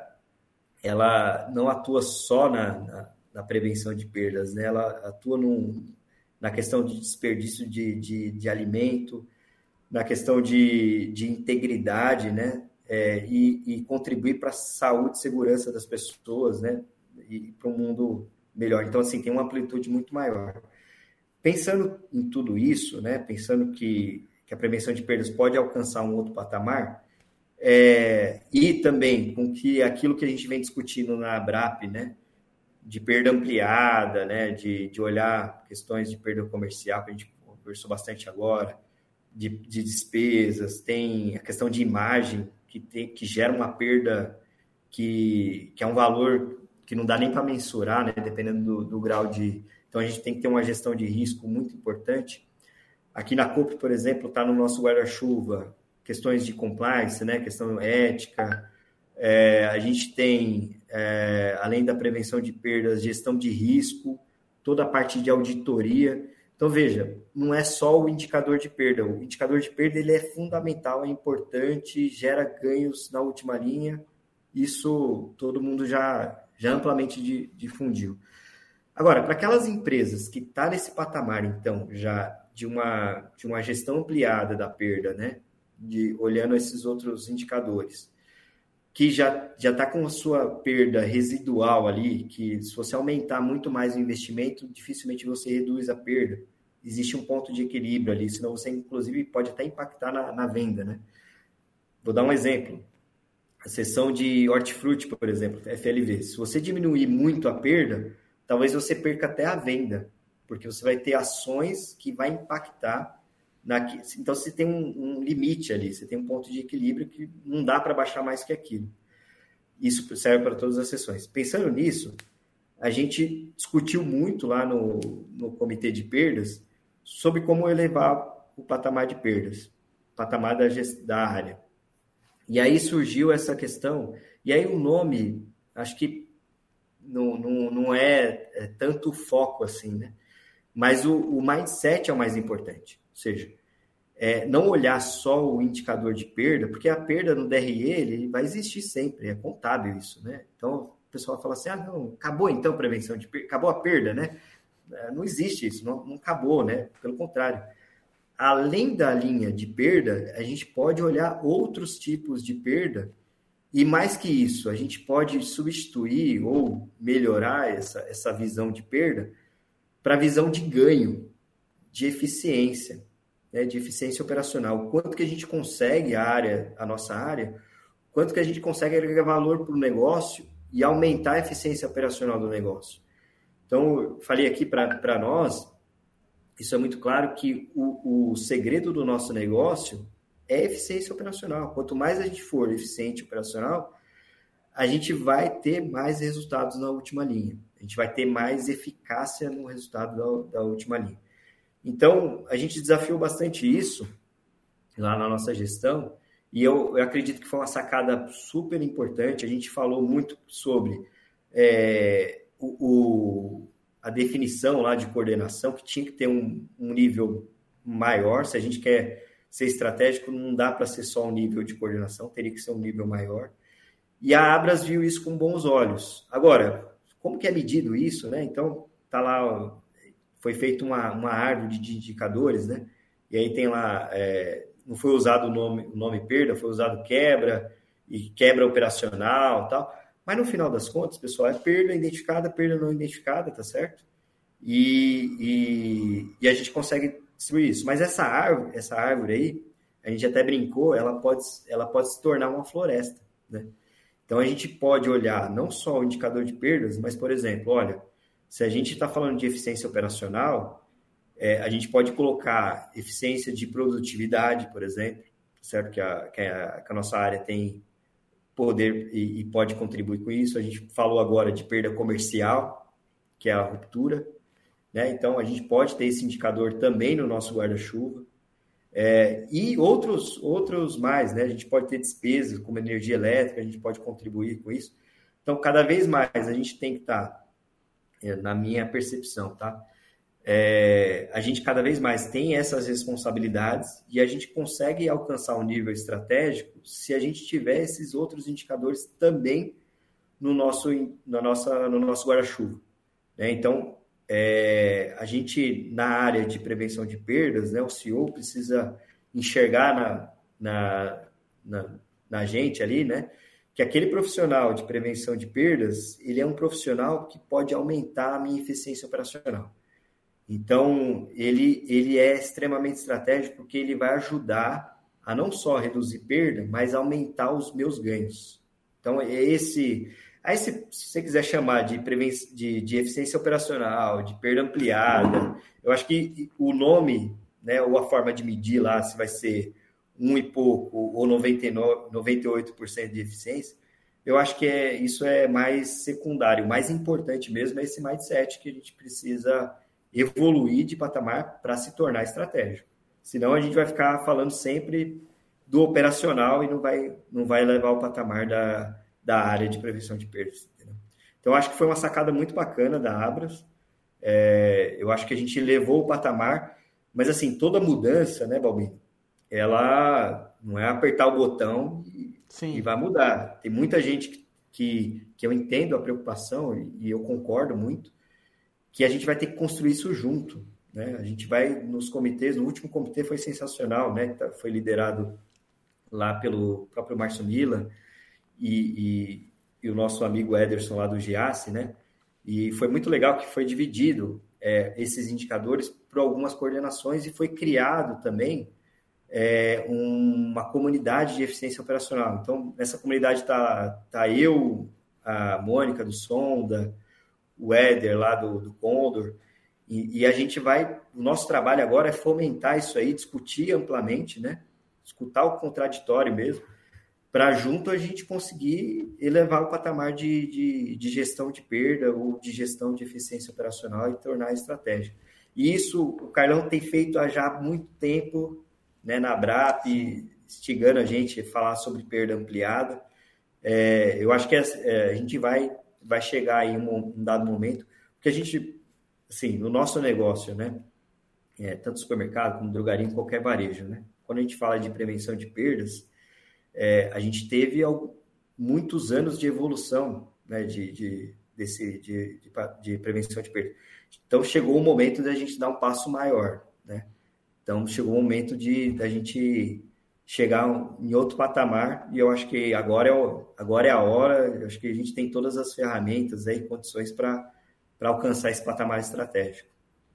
ela não atua só na, na, na prevenção de perdas, né? Ela atua num, na questão de desperdício de, de, de alimento, na questão de, de integridade, né? É, e, e contribuir para a saúde e segurança das pessoas, né? E para um mundo melhor. Então, assim, tem uma amplitude muito maior. Pensando em tudo isso, né? Pensando que, que a prevenção de perdas pode alcançar um outro patamar, é, e também com que aquilo que a gente vem discutindo na ABRAP, né? De perda ampliada, né? De, de olhar questões de perda comercial, que a gente conversou bastante agora, de, de despesas, tem a questão de imagem, que, tem, que gera uma perda que, que é um valor que não dá nem para mensurar, né? Dependendo do, do grau de... Então, a gente tem que ter uma gestão de risco muito importante. Aqui na COP, por exemplo, está no nosso guarda-chuva questões de compliance, né? Questão ética. É, a gente tem, é, além da prevenção de perdas, gestão de risco, toda a parte de auditoria. Então, veja, não é só o indicador de perda. O indicador de perda ele é fundamental, é importante, gera ganhos na última linha. Isso todo mundo já, já amplamente difundiu. Agora, para aquelas empresas que estão tá nesse patamar, então, já de uma, de uma gestão ampliada da perda, né? De, olhando esses outros indicadores, que já já está com a sua perda residual ali, que se você aumentar muito mais o investimento, dificilmente você reduz a perda. Existe um ponto de equilíbrio ali, senão você, inclusive, pode até impactar na, na venda, né? Vou dar um exemplo. A seção de hortifruti, por exemplo, F L V. Se você diminuir muito a perda, talvez você perca até a venda, porque você vai ter ações que vai impactar. Na... Então, você tem um, um limite ali, você tem um ponto de equilíbrio que não dá para baixar mais que aquilo. Isso serve para todas as sessões. Pensando nisso, a gente discutiu muito lá no, no comitê de perdas sobre como elevar o patamar de perdas, o patamar da, gest... da área. E aí surgiu essa questão, e aí o nome, acho que Não, não, não é, é tanto foco assim, né? Mas o, o mindset é o mais importante. Ou seja, é, não olhar só o indicador de perda, porque a perda no D R E ele vai existir sempre, é contábil isso, né? Então, o pessoal fala assim, ah, não, acabou então a prevenção de perda, acabou a perda, né? Não existe isso, não, não acabou, né? Pelo contrário. Além da linha de perda, a gente pode olhar outros tipos de perda. E mais que isso, a gente pode substituir ou melhorar essa, essa visão de perda para a visão de ganho, de eficiência, né, de eficiência operacional. Quanto que a gente consegue, a área, a nossa área, quanto que a gente consegue agregar valor para o negócio e aumentar a eficiência operacional do negócio. Então, eu falei aqui para nós, isso é muito claro, que o, o segredo do nosso negócio é eficiência operacional. Quanto mais a gente for eficiente operacional, a gente vai ter mais resultados na última linha. A gente vai ter mais eficácia no resultado da, da última linha. Então, a gente desafiou bastante isso lá na nossa gestão e eu, eu acredito que foi uma sacada super importante. A gente falou muito sobre é, o, o, a definição lá de coordenação, que tinha que ter um, um nível maior. Se a gente quer ser estratégico, não dá para ser só um nível de coordenação, teria que ser um nível maior. E a Abras viu isso com bons olhos. Agora, como que é medido isso, né? Então, tá lá, foi feita uma, uma árvore de indicadores, né? E aí tem lá, é, não foi usado o nome, o nome perda, foi usado quebra, e quebra operacional e tal. Mas no final das contas, pessoal, é perda identificada, perda não identificada, tá certo? E, e, e a gente consegue distribuir isso. Mas essa árvore, essa árvore aí, a gente até brincou, ela pode, ela pode se tornar uma floresta, né? Então, a gente pode olhar não só o indicador de perdas, mas, por exemplo, olha, se a gente está falando de eficiência operacional, é, a gente pode colocar eficiência de produtividade, por exemplo, certo? Que a, que a, que a nossa área tem poder e, e pode contribuir com isso. A gente falou agora de perda comercial, que é a ruptura, né? Então, a gente pode ter esse indicador também no nosso guarda-chuva. É, e outros, outros mais, né? A gente pode ter despesas como energia elétrica, a gente pode contribuir com isso. Então, cada vez mais a gente tem que estar, é, na minha percepção, tá? é, a gente cada vez mais tem essas responsabilidades e a gente consegue alcançar um nível estratégico se a gente tiver esses outros indicadores também no nosso, na nossa, no nosso guarda-chuva. Né? Então, é, a gente, na área de prevenção de perdas, né, o C E O precisa enxergar na, na, na, na gente ali, né, que aquele profissional de prevenção de perdas, ele é um profissional que pode aumentar a minha eficiência operacional. Então, ele, ele é extremamente estratégico porque ele vai ajudar a não só reduzir perda, mas aumentar os meus ganhos. Então, é esse... Aí, se, se você quiser chamar de, preven... de, de eficiência operacional, de perda ampliada, eu acho que o nome, né, ou a forma de medir lá, se vai ser um e pouco ou noventa e nove, noventa e oito por cento de eficiência, eu acho que é, isso é mais secundário. O mais importante mesmo é esse mindset que a gente precisa evoluir de patamar para se tornar estratégico. Senão a gente vai ficar falando sempre do operacional e não vai, não vai levar o patamar da, da área de prevenção de perdas. Entendeu? Então, acho que foi uma sacada muito bacana da Abras. É, eu acho que a gente levou o patamar, mas assim, toda mudança, né, Balbino, ela não é apertar o botão e, e vai mudar. Tem muita gente que, que, que eu entendo a preocupação e, e eu concordo muito, que a gente vai ter que construir isso junto, né? A gente vai nos comitês, no último comitê foi sensacional, né? Foi liderado lá pelo próprio Márcio Mila e, e, e o nosso amigo Ederson lá do Giasse, né? E foi muito legal que foi dividido é, esses indicadores por algumas coordenações e foi criado também é, uma comunidade de eficiência operacional. Então, nessa comunidade tá, tá eu, a Mônica do Sonda, o Éder lá do, do Condor, e, e a gente vai, o nosso trabalho agora é fomentar isso aí, discutir amplamente, né? Escutar o contraditório mesmo, para junto a gente conseguir elevar o patamar de, de, de gestão de perda ou de gestão de eficiência operacional e tornar estratégia. E isso o Carlão tem feito há já muito tempo, né, na Abrap, instigando a gente a falar sobre perda ampliada. É, eu acho que é, a gente vai vai chegar em um, um dado momento, porque a gente, assim, no nosso negócio, né, é, tanto supermercado como drogaria, qualquer varejo, né, quando a gente fala de prevenção de perdas, é, a gente teve algum, muitos anos de evolução, né, de, de, desse, de, de, de prevenção de perdas. Então, chegou o momento da gente dar um passo maior, né, então, chegou o momento de da gente chegar em outro patamar, e eu acho que agora é, agora é a hora, eu acho que a gente tem todas as ferramentas e condições para alcançar esse patamar estratégico.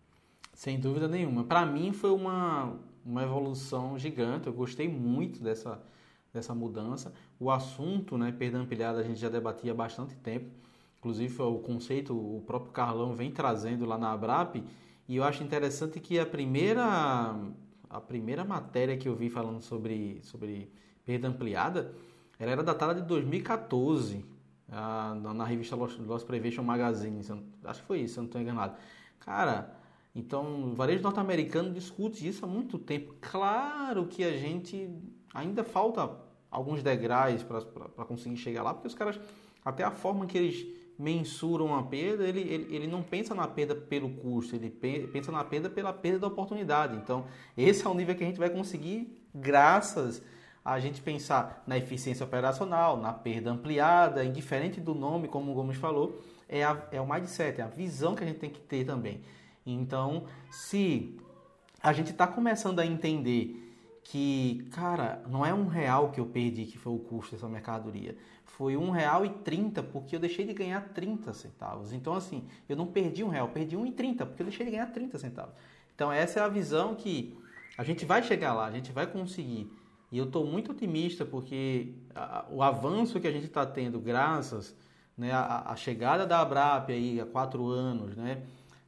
Sem dúvida nenhuma. Para mim foi uma, uma evolução gigante, eu gostei muito dessa, dessa mudança. O assunto, né, perda ampliada, a gente já debatia há bastante tempo, inclusive o conceito, o próprio Carlão vem trazendo lá na Abrap, e eu acho interessante que a primeira... A primeira matéria que eu vi falando sobre, sobre perda ampliada, ela era datada de dois mil e quatorze, ah, na revista Loss Prevention Magazine, acho que foi isso, se eu não estou enganado. Cara, então o varejo norte-americano discute isso há muito tempo. Claro que a gente ainda falta alguns degraus para conseguir chegar lá, porque os caras, até a forma que eles mensuram a perda, ele, ele, ele não pensa na perda pelo custo, ele pe, pensa na perda pela perda da oportunidade. Então, esse é o nível que a gente vai conseguir graças a gente pensar na eficiência operacional, na perda ampliada, indiferente do nome, como o Gomes falou, é, a, é o mindset, é a visão que a gente tem que ter também. Então, se a gente está começando a entender que, cara, não é um real que eu perdi que foi o custo dessa mercadoria, foi um real e trinta porque eu deixei de ganhar trinta centavos. Então, assim, eu não perdi um real, perdi um e trinta porque eu deixei de ganhar trinta centavos. Então, essa é a visão que a gente vai chegar lá, a gente vai conseguir. E eu estou muito otimista porque a, o avanço que a gente está tendo, graças, né, a, a chegada da Abrap aí há quatro anos, né,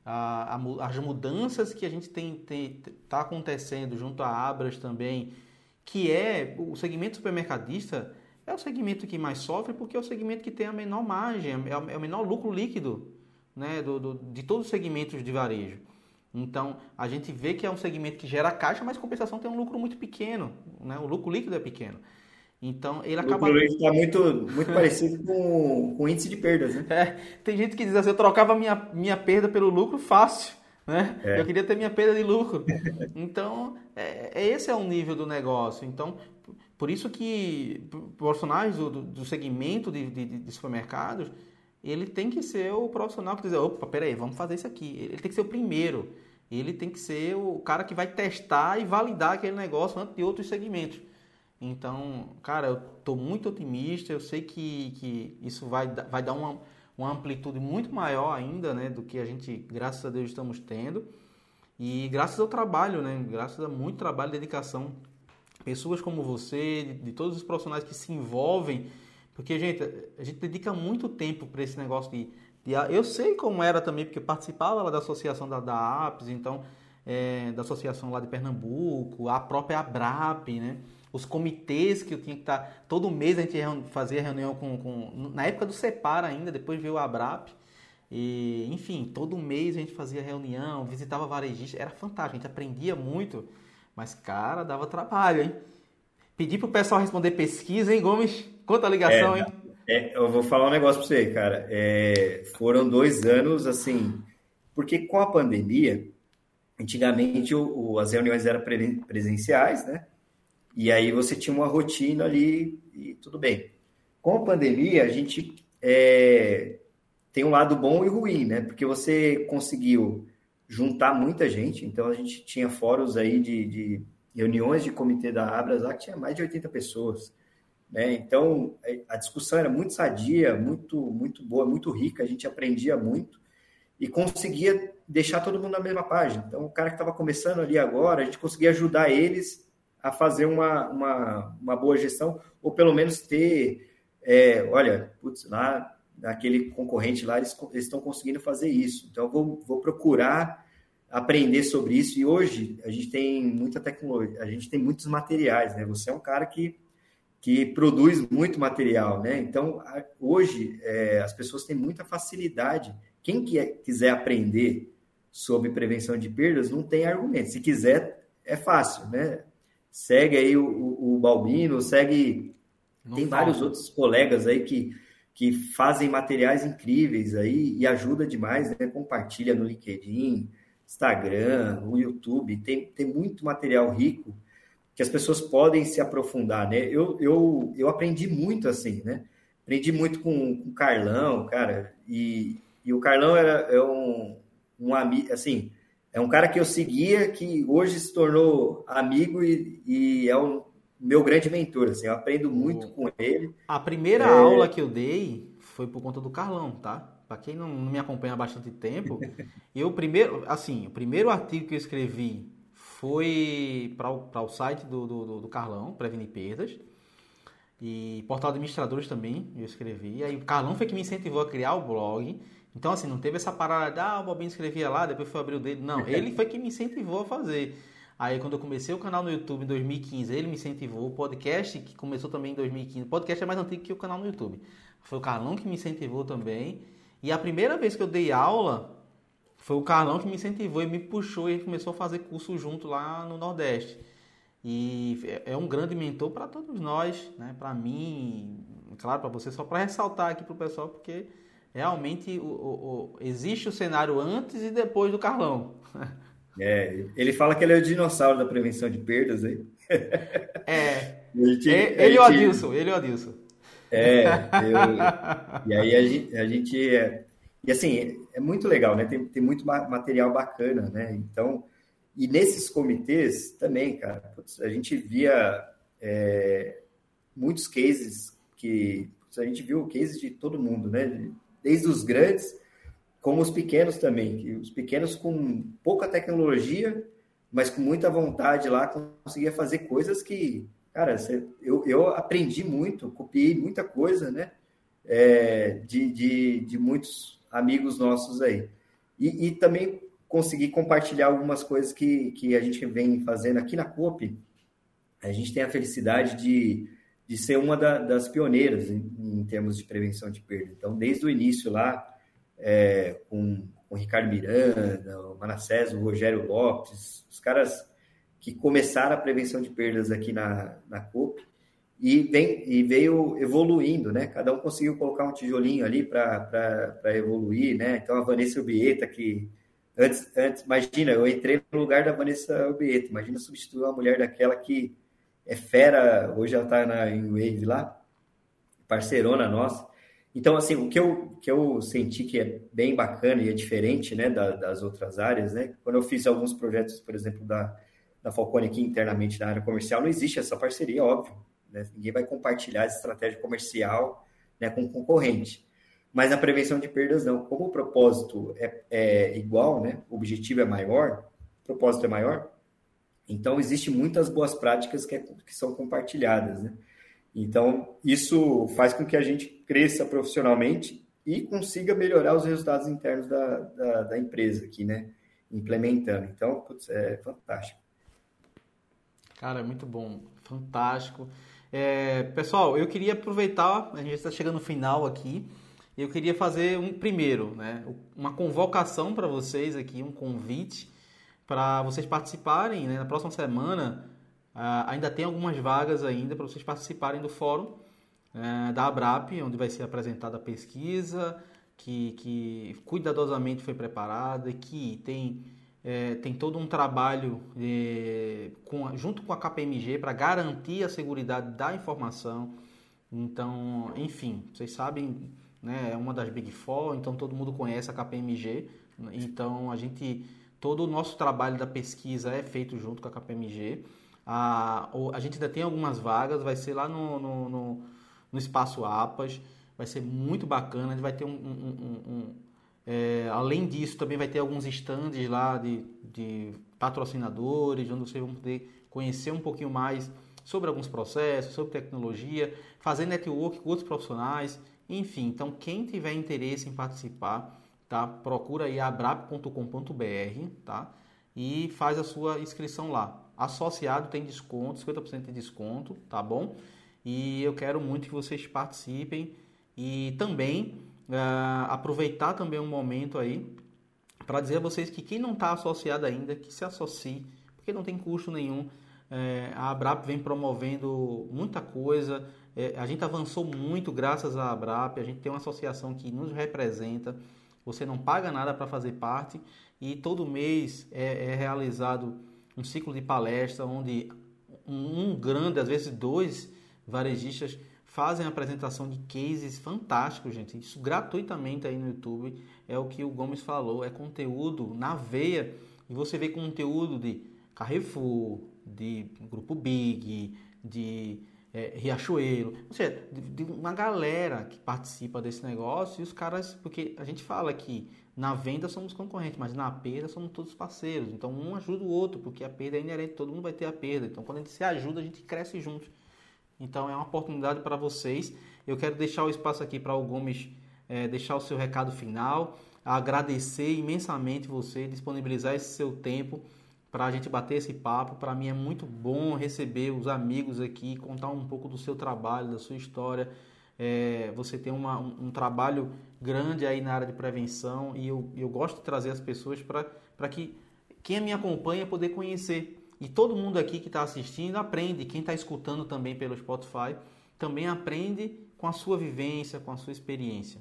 a, a, as mudanças que a gente tem está acontecendo junto à Abras também, que é o segmento supermercadista, é o segmento que mais sofre porque é o segmento que tem a menor margem, é o, é o menor lucro líquido, né, do, do, de todos os segmentos de varejo. Então, a gente vê que é um segmento que gera caixa, mas compensação tem um lucro muito pequeno, né? O lucro líquido é pequeno. Então, ele acaba... O lucro líquido está muito, muito parecido com, com o índice de perdas, né? É, tem gente que diz assim, eu trocava minha, minha perda pelo lucro fácil, né? É. Eu queria ter minha perda de lucro. Então, é, é- esse é o nível do negócio. Então, por isso que profissionais do, do do segmento de, de, de supermercados, ele tem que ser o profissional que diz, opa, peraí, vamos fazer isso aqui. Ele tem que ser o primeiro. Ele tem que ser o cara que vai testar e validar aquele negócio antes de outros segmentos. Então, cara, eu estou muito otimista. Eu sei que, que isso vai, dar- vai dar uma, uma amplitude muito maior ainda, né, do que a gente, graças a Deus, estamos tendo. E graças ao trabalho, né, graças a muito trabalho e dedicação. Pessoas como você, de, de todos os profissionais que se envolvem, porque, gente, a gente dedica muito tempo para esse negócio de, de... Eu sei como era também, porque eu participava lá da associação da, da APES, então, é, da associação lá de Pernambuco, a própria ABRAP, né? Os comitês que eu tinha que estar... Todo mês a gente reuni- fazia reunião com, com... Na época do Separa ainda, depois veio a ABRAP. E, enfim, todo mês a gente fazia reunião, visitava varejista, era fantástico, a gente aprendia muito, mas, cara, dava trabalho, hein? Pedi pro pessoal responder pesquisa, hein, Gomes? Conta a É, ligação, hein? é, eu vou falar um negócio para você, cara. É, foram dois anos, assim, porque com a pandemia, antigamente o- o- as reuniões eram pre- presenciais, né? E aí você tinha uma rotina ali e tudo bem. Com a pandemia, a gente é, tem um lado bom e ruim, né? Porque você conseguiu juntar muita gente, então a gente tinha fóruns aí de, de reuniões de comitê da Abras lá que tinha mais de oitenta pessoas, né? Então a discussão era muito sadia, muito, muito boa, muito rica, a gente aprendia muito e conseguia deixar todo mundo na mesma página. Então o cara que estava começando ali agora, a gente conseguia ajudar eles a fazer uma, uma, uma boa gestão, ou pelo menos ter, é, olha, putz, lá naquele concorrente lá, eles eles estão conseguindo fazer isso. Então, eu vou, vou procurar aprender sobre isso. E hoje, a gente tem muita tecnologia, a gente tem muitos materiais, né? Você é um cara que, que produz muito material, né? Então, a- hoje, é, as pessoas têm muita facilidade. Quem que é- quiser aprender sobre prevenção de perdas, não tem argumento. Se quiser, é fácil, né? Segue aí o, o, o Balbino, segue... Não Tem vários falta. outros colegas aí que, que fazem materiais incríveis aí e ajuda demais, né? Compartilha no LinkedIn, Instagram, o YouTube, tem, tem muito material rico que as pessoas podem se aprofundar, né? Eu, eu, eu aprendi muito assim, né? Aprendi muito com, com o Carlão, cara, e, e o Carlão era, é um, um amigo, assim, é um cara que eu seguia, que hoje se tornou amigo e, e é o meu grande mentor, assim, eu aprendo muito O- com ele. A primeira aula que eu dei foi por conta do Carlão, tá? Para quem não não me acompanha há bastante tempo, eu primeiro, assim, o primeiro artigo que eu escrevi foi para o, para o site do, do, do- do Carlão, Prevenir Perdas, e portal de administradores também, eu escrevi. Aí o Carlão foi que me incentivou a criar o blog. Então, assim, não teve essa parada de, ah, o Bobinho escrevia lá, depois foi abrir o dele. Não, ele foi que me incentivou a fazer. Aí, quando eu comecei o canal no YouTube em dois mil e quinze, ele me incentivou. O podcast, que começou também em dois mil e quinze. O podcast é mais antigo que o canal no YouTube. Foi o Carlão que me incentivou também. E a primeira vez que eu dei aula, foi o Carlão que me incentivou e me puxou e ele começou a fazer curso junto lá no Nordeste. E é é um grande mentor para todos nós, né? Para mim, claro, para você, só para ressaltar aqui para o pessoal, porque realmente o, o- o- existe o cenário antes e depois do Carlão. É, ele fala que ele é o dinossauro da prevenção de perdas aí. É, A gente, é a ele e o gente Adilson, ele e o Adilson. é, eu, e aí a gente, a gente é, e assim, é muito legal, né? Tem, tem muito ma- material bacana, né? Então, e nesses comitês também, cara, putz, a gente via é, muitos cases que putz, a gente viu cases de todo mundo, né? Desde os grandes como os pequenos também, que os pequenos com pouca tecnologia, mas com muita vontade lá, conseguia fazer coisas que, cara, você- eu, eu aprendi muito, copiei muita coisa, né? É, de, de, de muitos amigos nossos aí. E, e também consegui compartilhar algumas coisas que, que a gente vem fazendo aqui na Coop. A gente tem a felicidade de, de ser uma da- das pioneiras em, em termos de prevenção de perda. Então, desde o início lá, é, com, com o Ricardo Miranda, o Manassés, o Rogério Lopes, os caras que começaram a prevenção de perdas aqui na, na Coop e, vem, e veio evoluindo, né? Cada um conseguiu colocar um tijolinho ali para evoluir, né? Então, a Vanessa Urbieta, que Antes, antes, imagina, eu entrei no lugar da Vanessa Albieta. Imagina substituir uma mulher daquela que é fera, hoje ela está na em Wave lá, parceirona nossa. Então, assim, o que eu, que eu senti que é bem bacana e é diferente, né, da, das outras áreas, né? Quando eu fiz alguns projetos, por exemplo, da, da Falcone aqui internamente na área comercial, não existe essa parceria, óbvio, né? Ninguém vai compartilhar essa estratégia comercial, né, com o concorrente. Mas na prevenção de perdas, não. Como o propósito é, é igual, né? O objetivo é maior, o propósito é maior, então existem muitas boas práticas que, é, que são compartilhadas, né? Então, isso faz com que a gente cresça profissionalmente e consiga melhorar os resultados internos da, da, da empresa aqui, né? Implementando. Então, putz, é fantástico. Cara, é muito bom. Fantástico. É, pessoal, eu queria aproveitar, a gente está chegando no final aqui, eu queria fazer um primeiro, né? Uma convocação para vocês aqui, um convite para vocês participarem, né? Na próxima semana. Uh, ainda tem algumas vagas ainda para vocês participarem do fórum uh, da Abrap, onde vai ser apresentada a pesquisa que, que cuidadosamente foi preparada, que tem, eh, tem todo um trabalho eh, com, junto com a K P M G para garantir a segurança da informação. Então, enfim, vocês sabem, né, é uma das Big Four, então todo mundo conhece a K P M G. Então, a gente, todo o nosso trabalho da pesquisa é feito junto com a K P M G. A, a gente ainda tem algumas vagas, vai ser lá no, no, no, no Espaço APAS, vai ser muito bacana, a gente vai ter um... um, um, um é, além disso, também vai ter alguns stands lá de, de patrocinadores, onde vocês vão poder conhecer um pouquinho mais sobre alguns processos, sobre tecnologia, fazer network com outros profissionais, enfim. Então, quem tiver interesse em participar, tá? Procura aí abrap ponto com ponto br, tá? E faz a sua inscrição lá. Associado tem desconto, cinquenta por cento de desconto, tá bom? E eu quero muito que vocês participem e também uh, aproveitar também um momento aí para dizer a vocês que quem não está associado ainda, que se associe, porque não tem custo nenhum. É, a Abrap vem promovendo muita coisa, é, a gente avançou muito graças à Abrap, a gente tem uma associação que nos representa, você não paga nada para fazer parte e todo mês é, é realizado um ciclo de palestra onde um, um grande, às vezes dois varejistas fazem a apresentação de cases fantásticos, gente. Isso gratuitamente aí no YouTube, é o que o Gomes falou, é conteúdo na veia e você vê conteúdo de Carrefour, de Grupo Big, de é, Riachuelo, ou seja, de, de uma galera que participa desse negócio e os caras, porque a gente fala que na venda somos concorrentes, mas na perda somos todos parceiros. Então um ajuda o outro, porque a perda é inerente, todo mundo vai ter a perda. Então quando a gente se ajuda, a gente cresce junto. Então é uma oportunidade para vocês. Eu quero deixar o espaço aqui para o Gomes é, deixar o seu recado final, agradecer imensamente você, disponibilizar esse seu tempo para a gente bater esse papo. Para mim é muito bom receber os amigos aqui, contar um pouco do seu trabalho, da sua história. É, você tem uma, um, um trabalho grande aí na área de prevenção e eu, eu gosto de trazer as pessoas para que quem me acompanha poder conhecer. E todo mundo aqui que está assistindo aprende, quem está escutando também pelo Spotify, também aprende com a sua vivência, com a sua experiência.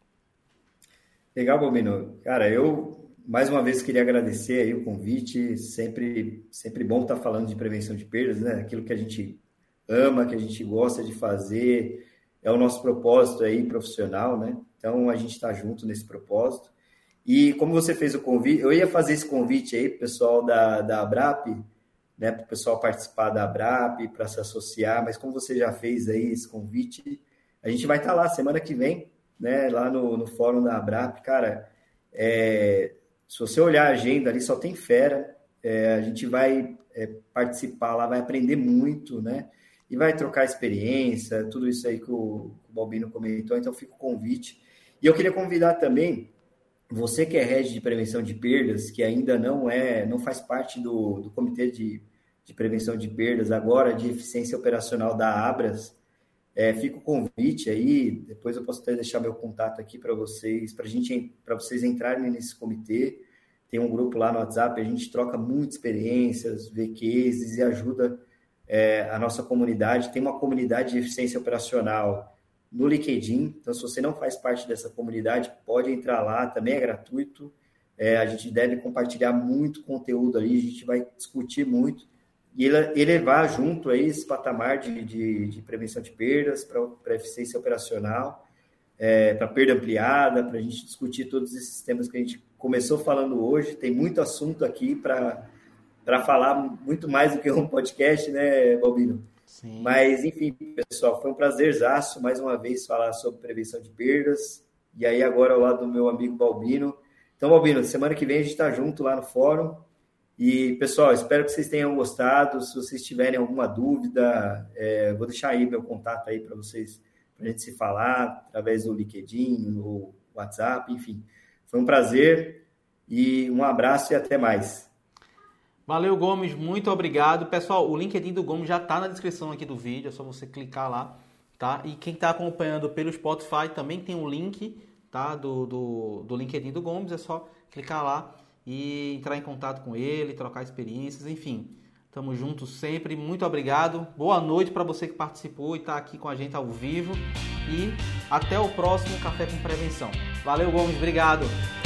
Legal, Bobino. Cara, eu mais uma vez queria agradecer aí o convite, sempre, sempre bom estar falando de prevenção de perdas, né? Aquilo que a gente ama, que a gente gosta de fazer, é o nosso propósito aí profissional, né? Então a gente está junto nesse propósito. E como você fez o convite, eu ia fazer esse convite aí pro pessoal da, da Abrap, né? Para o pessoal participar da Abrap, para se associar, mas como você já fez aí esse convite, a gente vai estar lá semana que vem, né? Lá no, no fórum da Abrap, cara, é, se você olhar a agenda ali, só tem fera, é, a gente vai é, participar lá, vai aprender muito, né? E vai trocar experiência, tudo isso aí que o, o Balbino comentou, então fica o convite. E eu queria convidar também, você que é head de prevenção de perdas, que ainda não é, não faz parte do, do comitê de, de prevenção de perdas, agora de eficiência operacional da Abras, é, fica o convite aí, depois eu posso até deixar meu contato aqui para vocês, para gente, para vocês entrarem nesse comitê. Tem um grupo lá no WhatsApp, a gente troca muitas experiências, vê cases e ajuda é, a nossa comunidade. Tem uma comunidade de eficiência operacional no LinkedIn, então se você não faz parte dessa comunidade, pode entrar lá, também é gratuito, É, a gente deve compartilhar muito conteúdo ali, a gente vai discutir muito e elevar junto aí esse patamar de, de, de prevenção de perdas para eficiência operacional, é, para perda ampliada, para a gente discutir todos esses temas que a gente começou falando hoje. Tem muito assunto aqui para falar, muito mais do que um podcast, né, Balbino? Sim. Mas, enfim, pessoal, foi um prazerzaço mais uma vez falar sobre prevenção de perdas. E aí agora ao lado do meu amigo Balbino. Então, Balbino, semana que vem a gente está junto lá no fórum. E, pessoal, espero que vocês tenham gostado. Se vocês tiverem alguma dúvida, é, vou deixar aí meu contato aí para vocês, para a gente se falar, através do LinkedIn, ou WhatsApp, enfim. Foi um prazer e um abraço e até mais. Valeu, Gomes, muito obrigado. Pessoal, o LinkedIn do Gomes já está na descrição aqui do vídeo, é só você clicar lá, tá? E quem está acompanhando pelo Spotify também tem um link, tá? Do, do, do LinkedIn do Gomes, é só clicar lá e entrar em contato com ele, trocar experiências, enfim. Tamo juntos sempre, muito obrigado. Boa noite para você que participou e está aqui com a gente ao vivo. E até o próximo Café com Prevenção. Valeu, Gomes, obrigado.